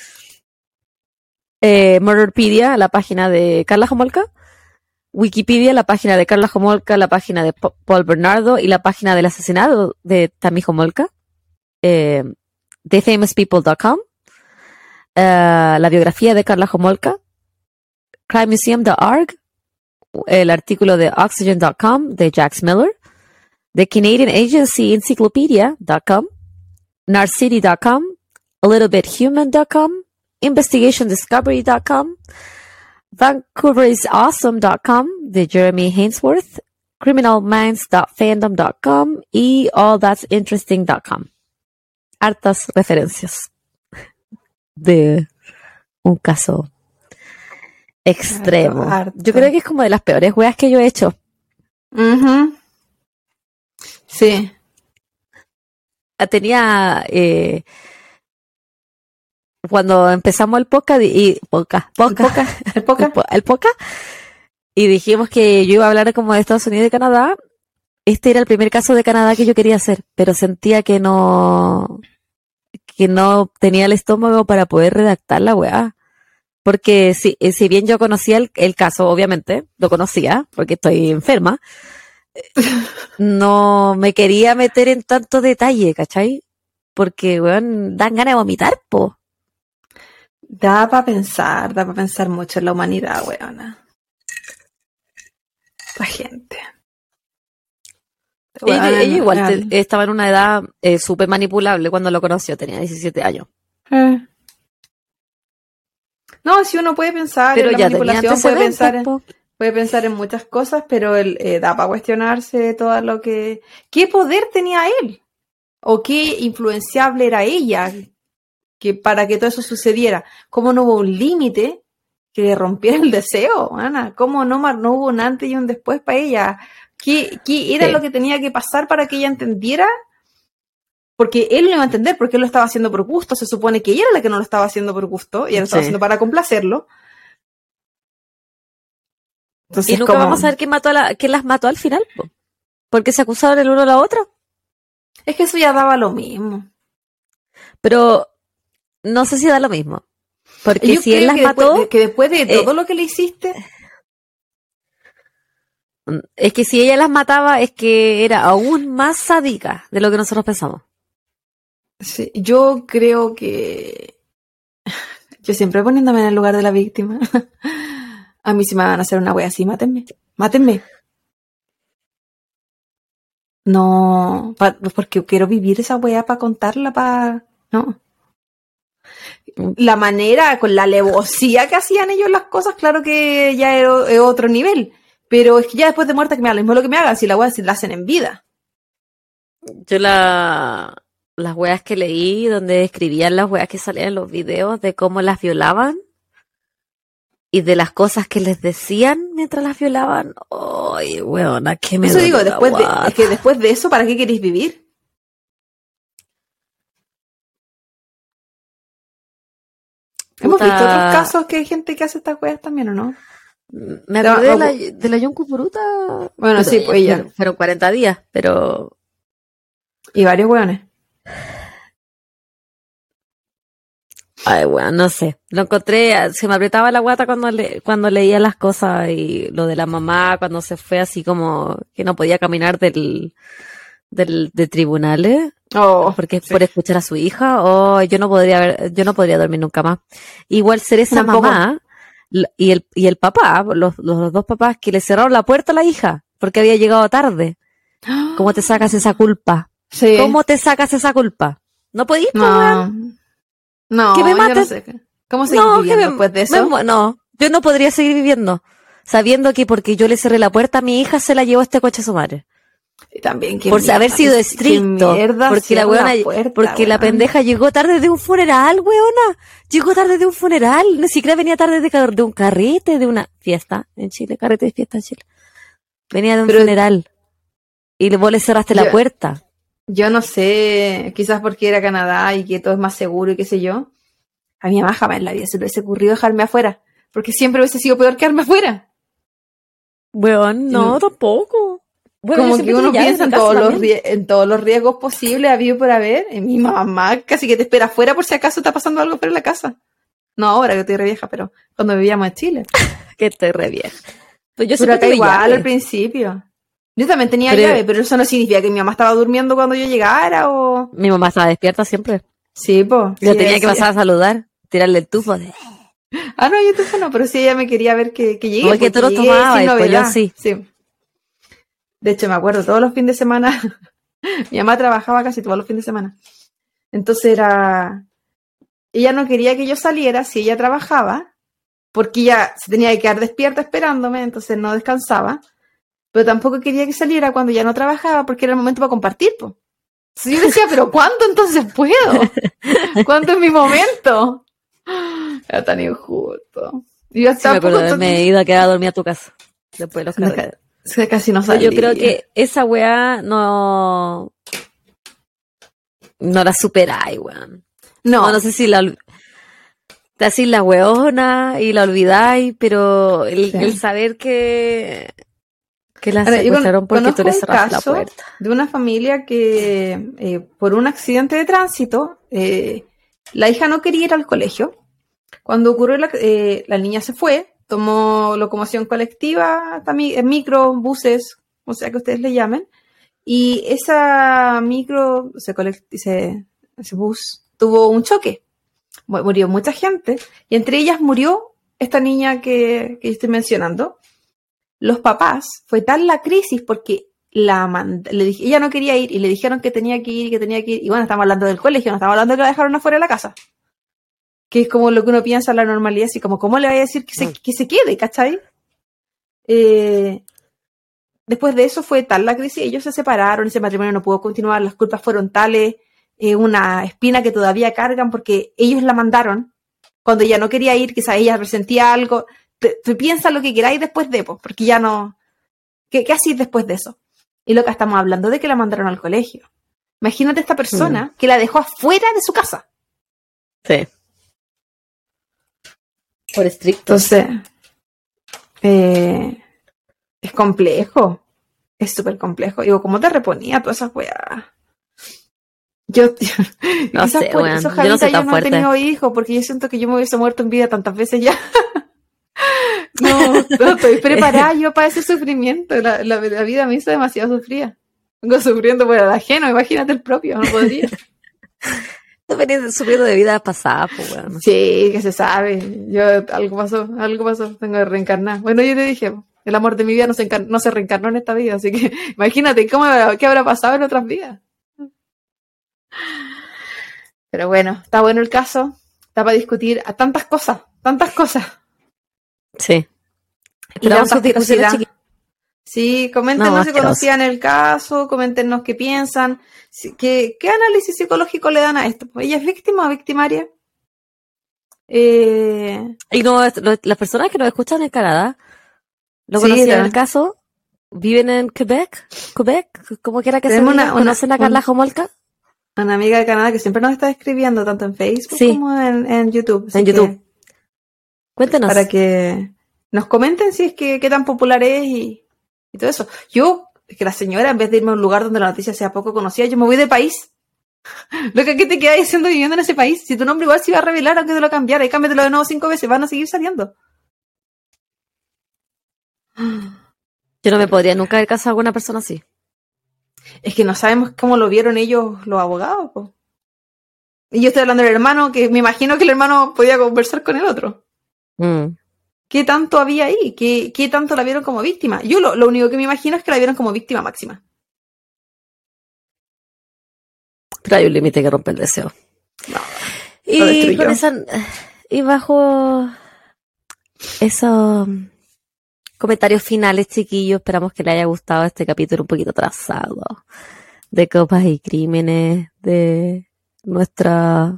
Murderpedia, la página de Carla Homolka. Wikipedia, la página de Carla Homolka, la página de Paul Bernardo y la página del asesinato de Tammy Homolka. TheFamousPeople.com. La biografía de Carla Homolka. CrimeMuseum.org. El artículo de Oxygen.com de Jax Miller. The Canadian Agency Encyclopedia.com. Narcity.com. ALittleBitHuman.com. InvestigationDiscovery.com. VancouverIsAwesome.com de Jeremy Hainsworth. CriminalMinds.fandom.com y AllThat'sInteresting.com. Hartas referencias de un caso extremo. Harto. Yo creo que es como de las peores weas que yo he hecho. Uh-huh. Sí. Tenía cuando empezamos el podcast y el podcast y dijimos que yo iba a hablar como de Estados Unidos y de Canadá. Este era el primer caso de Canadá que yo quería hacer, pero sentía que no tenía el estómago para poder redactar la weá. Porque si bien yo conocía el caso, obviamente, lo conocía, porque estoy enferma, no me quería meter en tanto detalle, ¿cachai? Porque, weón, dan ganas de vomitar, po. Da para pensar mucho en la humanidad, weona. La gente. Ella igual estaba en una edad súper manipulable cuando lo conoció, tenía 17 años. No, si uno puede pensar pero en la ya manipulación, puede pensar en muchas cosas, pero él da para cuestionarse todo lo que... ¿Qué poder tenía él? ¿O qué influenciable era ella que para que todo eso sucediera? ¿Cómo no hubo un límite que le rompiera el deseo, Ana? ¿Cómo no hubo un antes y un después para ella? ¿Qué era lo que tenía que pasar para que ella entendiera? Porque él lo iba a entender, porque él lo estaba haciendo por gusto. Se supone que ella era la que no lo estaba haciendo por gusto, y ella lo estaba haciendo para complacerlo. Entonces, y nunca vamos a ver quién las mató al final, po. Porque se acusaron el uno a la otra. Es que eso ya daba lo mismo. Pero no sé si da lo mismo. Porque si él las mató... después de todo lo que le hiciste... Es que si ella las mataba es que era aún más sádica de lo que nosotros pensamos. Sí, yo creo que... Yo siempre poniéndome en el lugar de la víctima. A mí si me van a hacer una wea así, mátenme. No, porque quiero vivir esa wea para contarla, no. La manera, con la alevosía que hacían ellos las cosas, claro que ya es otro nivel. Pero es que ya después de muerta que me hagan, lo mismo lo que me hagan, si la wea si la hacen en vida. Yo las weas que leí, donde escribían las weas que salían en los videos de cómo las violaban y de las cosas que les decían mientras las violaban. ¡Ay, weona, qué me... Eso digo, es que después de eso, ¿para qué queréis vivir? ¿Hemos visto otros casos que hay gente que hace estas weas también, o no? Me acordé de la Yonku Puruta. Bueno, sí, pues ella. Fueron 40 días, pero... Y varios weones. Ay, bueno, no sé. Lo encontré, se me apretaba la guata cuando leía las cosas y lo de la mamá cuando se fue así como que no podía caminar de tribunales. Porque por escuchar a su hija, yo no podría dormir nunca más. Igual ser esa mamá y el papá, los dos papás que le cerraron la puerta a la hija porque había llegado tarde. ¿Cómo te sacas esa culpa? Sí. ¿Cómo te sacas esa culpa? ¿No podís? No, que me maten. Yo no sé. ¿Cómo seguir viviendo después de eso? No, yo no podría seguir viviendo sabiendo que porque yo le cerré la puerta a mi hija se la llevó este coche a su madre. Y también por haber sido estricto, porque la weona, porque la pendeja llegó tarde de un funeral, weona. Llegó tarde de un funeral, ni siquiera venía tarde de un carrete, de una fiesta en Chile, carrete de fiesta en Chile. Venía de un funeral y vos le cerraste la puerta. Yo no sé, quizás porque era Canadá y que todo es más seguro y qué sé yo. A mi mamá jamás en la vida se le hubiese ocurrido dejarme afuera, porque siempre hubiese sido peor quedarme afuera. Weón, no, tampoco. Bueno, como que uno piensa en todos los riesgos posibles habido por haber. Y mi mamá casi que te espera afuera por si acaso está pasando algo fuera de la casa. No ahora que estoy re vieja, pero cuando vivíamos en Chile. Que estoy re vieja. Pues yo pero acá igual al principio. Yo también tenía llave, pero eso no significa que mi mamá estaba durmiendo cuando yo llegara o... Mi mamá estaba despierta siempre. Sí, pues. Yo tenía que pasar a saludar, tirarle el tufo. Ah, no, yo el tufo no, pero sí ella me quería ver que llegué. Porque tú lo tomabas y después yo sí. De hecho, me acuerdo, todos los fines de semana, mi mamá trabajaba casi todos los fines de semana. Entonces ella no quería que yo saliera si ella trabajaba, porque ella se tenía que quedar despierta esperándome, entonces no descansaba. Pero tampoco quería que saliera cuando ya no trabajaba, porque era el momento para compartir, pues. Entonces yo decía, ¿pero cuándo entonces puedo? ¿Cuándo es mi momento? Era tan injusto. Y yo sí, me acuerdo de haberme ido a quedar a dormir a tu casa. Después de los carreras. Casi no salía. Yo creo que esa weá no la superáis, weón. No sé si te hacís la weona y la olvidáis, pero el saber que la secuestraron porque tú le cerraste la puerta. De una familia que por un accidente de tránsito la hija no quería ir al colegio. Cuando ocurrió la niña se fue, tomó locomoción colectiva, también micro, buses, o sea que ustedes le llamen, y esa micro, ese bus tuvo un choque. Murió mucha gente, y entre ellas murió esta niña que estoy mencionando. Los papás, fue tal la crisis porque ella no quería ir y le dijeron que tenía que ir, y bueno, estamos hablando del colegio, no estamos hablando de que la dejaron afuera de la casa. Que es como lo que uno piensa en la normalidad, así como, ¿cómo le voy a decir que se quede, cachai? Después de eso fue tal la crisis, ellos se separaron, ese matrimonio no pudo continuar, las culpas fueron tales, una espina que todavía cargan porque ellos la mandaron, cuando ella no quería ir, quizás ella resentía algo. Tú piensa lo que queráis después de, pues, porque ya no... ¿Qué hacís después de eso? Y lo que estamos hablando de que la mandaron al colegio. Imagínate esta persona que la dejó afuera de su casa. Sí. Por estricto. Entonces, es complejo. Es súper complejo. Digo, ¿cómo te reponía todas esas weas? Yo no sé, por eso, Javita, yo no soy tan fuerte. He tenido hijos, porque yo siento que yo me hubiese muerto en vida tantas veces ya. No estoy preparada yo para ese sufrimiento. La vida me hizo demasiado sufrida. Vengo sufriendo por el ajeno, imagínate el propio, no podría. Tú venías sufriendo de vida pasada, pues, bueno. Sí, que se sabe. Algo pasó, tengo que reencarnar. Bueno, yo te dije, el amor de mi vida no se reencarnó en esta vida, así que imagínate qué habrá pasado en otras vidas. Pero bueno, está bueno el caso, está para discutir a tantas cosas. Sí. Esperamos sus discusiones, chiquitos. Sí, coméntenos si conocían el caso, coméntenos qué piensan, qué análisis psicológico le dan a esto. ¿Ella es víctima o victimaria? Y no, las personas que nos escuchan en Canadá, ¿lo conocían el caso? ¿Viven en Quebec? ¿Cómo quiera que se diga? ¿Conocen a Carla Homolka? Una amiga de Canadá que siempre nos está escribiendo, tanto en Facebook como en YouTube. En YouTube. Cuéntenos. Para que nos comenten si es que qué tan popular es y todo eso. Es que la señora, en vez de irme a un lugar donde la noticia sea poco conocida, yo me voy del país. Lo que te quedas haciendo viviendo en ese país. Si tu nombre igual se iba a revelar aunque te lo cambiara, y cámbiatelo de nuevo 5 veces, van a seguir saliendo. Yo no me podría nunca haber casado con una persona así. Es que no sabemos cómo lo vieron ellos, los abogados, po. Y yo estoy hablando del hermano, que me imagino que el hermano podía conversar con el otro. ¿Qué tanto había ahí? ¿Qué tanto la vieron como víctima? Yo lo único que me imagino es que la vieron como víctima máxima. Pero hay un límite que rompe el deseo. No, y bajo esos comentarios finales, chiquillos, esperamos que les haya gustado este capítulo un poquito atrasado de Copas y Crímenes, de nuestra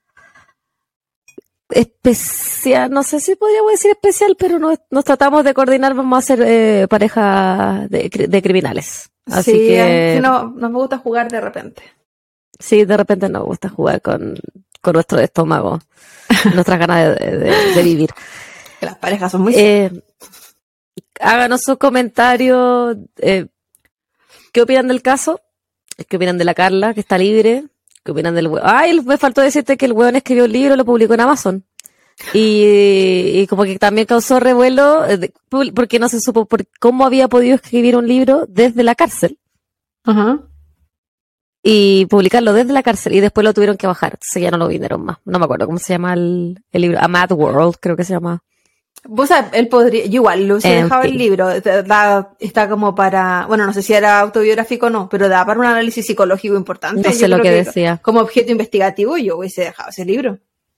especial, no sé si podríamos decir especial, pero nos tratamos de coordinar, vamos a hacer pareja de criminales. Así que no, nos gusta jugar de repente. Sí, de repente nos gusta jugar con nuestro estómago, nuestras ganas de vivir. Que las parejas son muy Háganos sus comentarios. ¿Qué opinan del caso? ¿Qué opinan de la Carla, que está libre? ¿Qué opinan del hueón? Ay, me faltó decirte que el hueón escribió un libro y lo publicó en Amazon. Y como que también causó revuelo porque no se supo cómo había podido escribir un libro desde la cárcel. Ajá. Y publicarlo desde la cárcel y después lo tuvieron que bajar. Entonces ya no lo vendieron más. No me acuerdo cómo se llama el libro. A Mad World, creo que se llama. Vos sabés, él podría, yo igual, lo hubiese dejado el libro, está como para, bueno, no sé si era autobiográfico o no, pero da para un análisis psicológico importante. No sé lo que decía. Como objeto investigativo, yo hubiese dejado ese libro.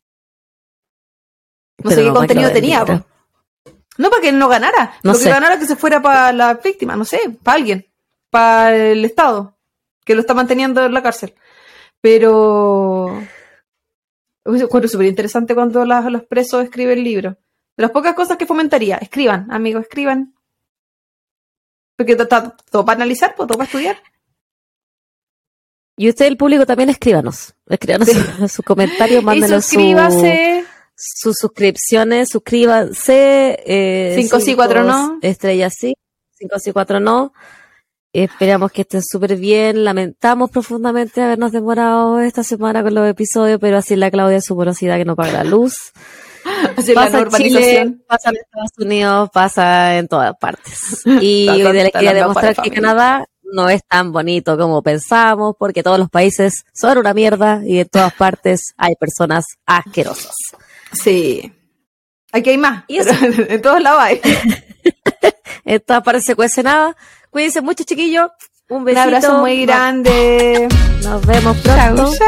No Pero sé qué contenido tenía. No, para que él no ganara. No Lo que sé. ganara que se fuera para la víctima, no sé, para alguien, para el Estado, que lo está manteniendo en la cárcel. Pero encuentro súper interesante cuando los presos escriben libros. De las pocas cosas que fomentaría, escriban, amigos, escriban. Porque está todo para analizar, todo para estudiar. Y usted, el público, también escríbanos sus comentarios, mándenos sus suscripciones, suscríbanse. 5 sí, 4 no. Estrellas sí, 5 sí, 4 no. Esperamos que estén súper bien. Lamentamos profundamente habernos demorado esta semana con los episodios, pero así la Claudia, su morosidad que no paga la luz. Pasa en Chile, pasa en Estados Unidos, pasa en todas partes. Y hoy les quería demostrar que Canadá no es tan bonito como pensamos, porque todos los países son una mierda y en todas partes hay personas asquerosas. Sí. Aquí hay más. ¿Y eso? En todos lados hay. En todas partes se cuece nada. Cuídense mucho, chiquillos. Un besito. Un abrazo muy grande. Nos vemos pronto. Chau, chau.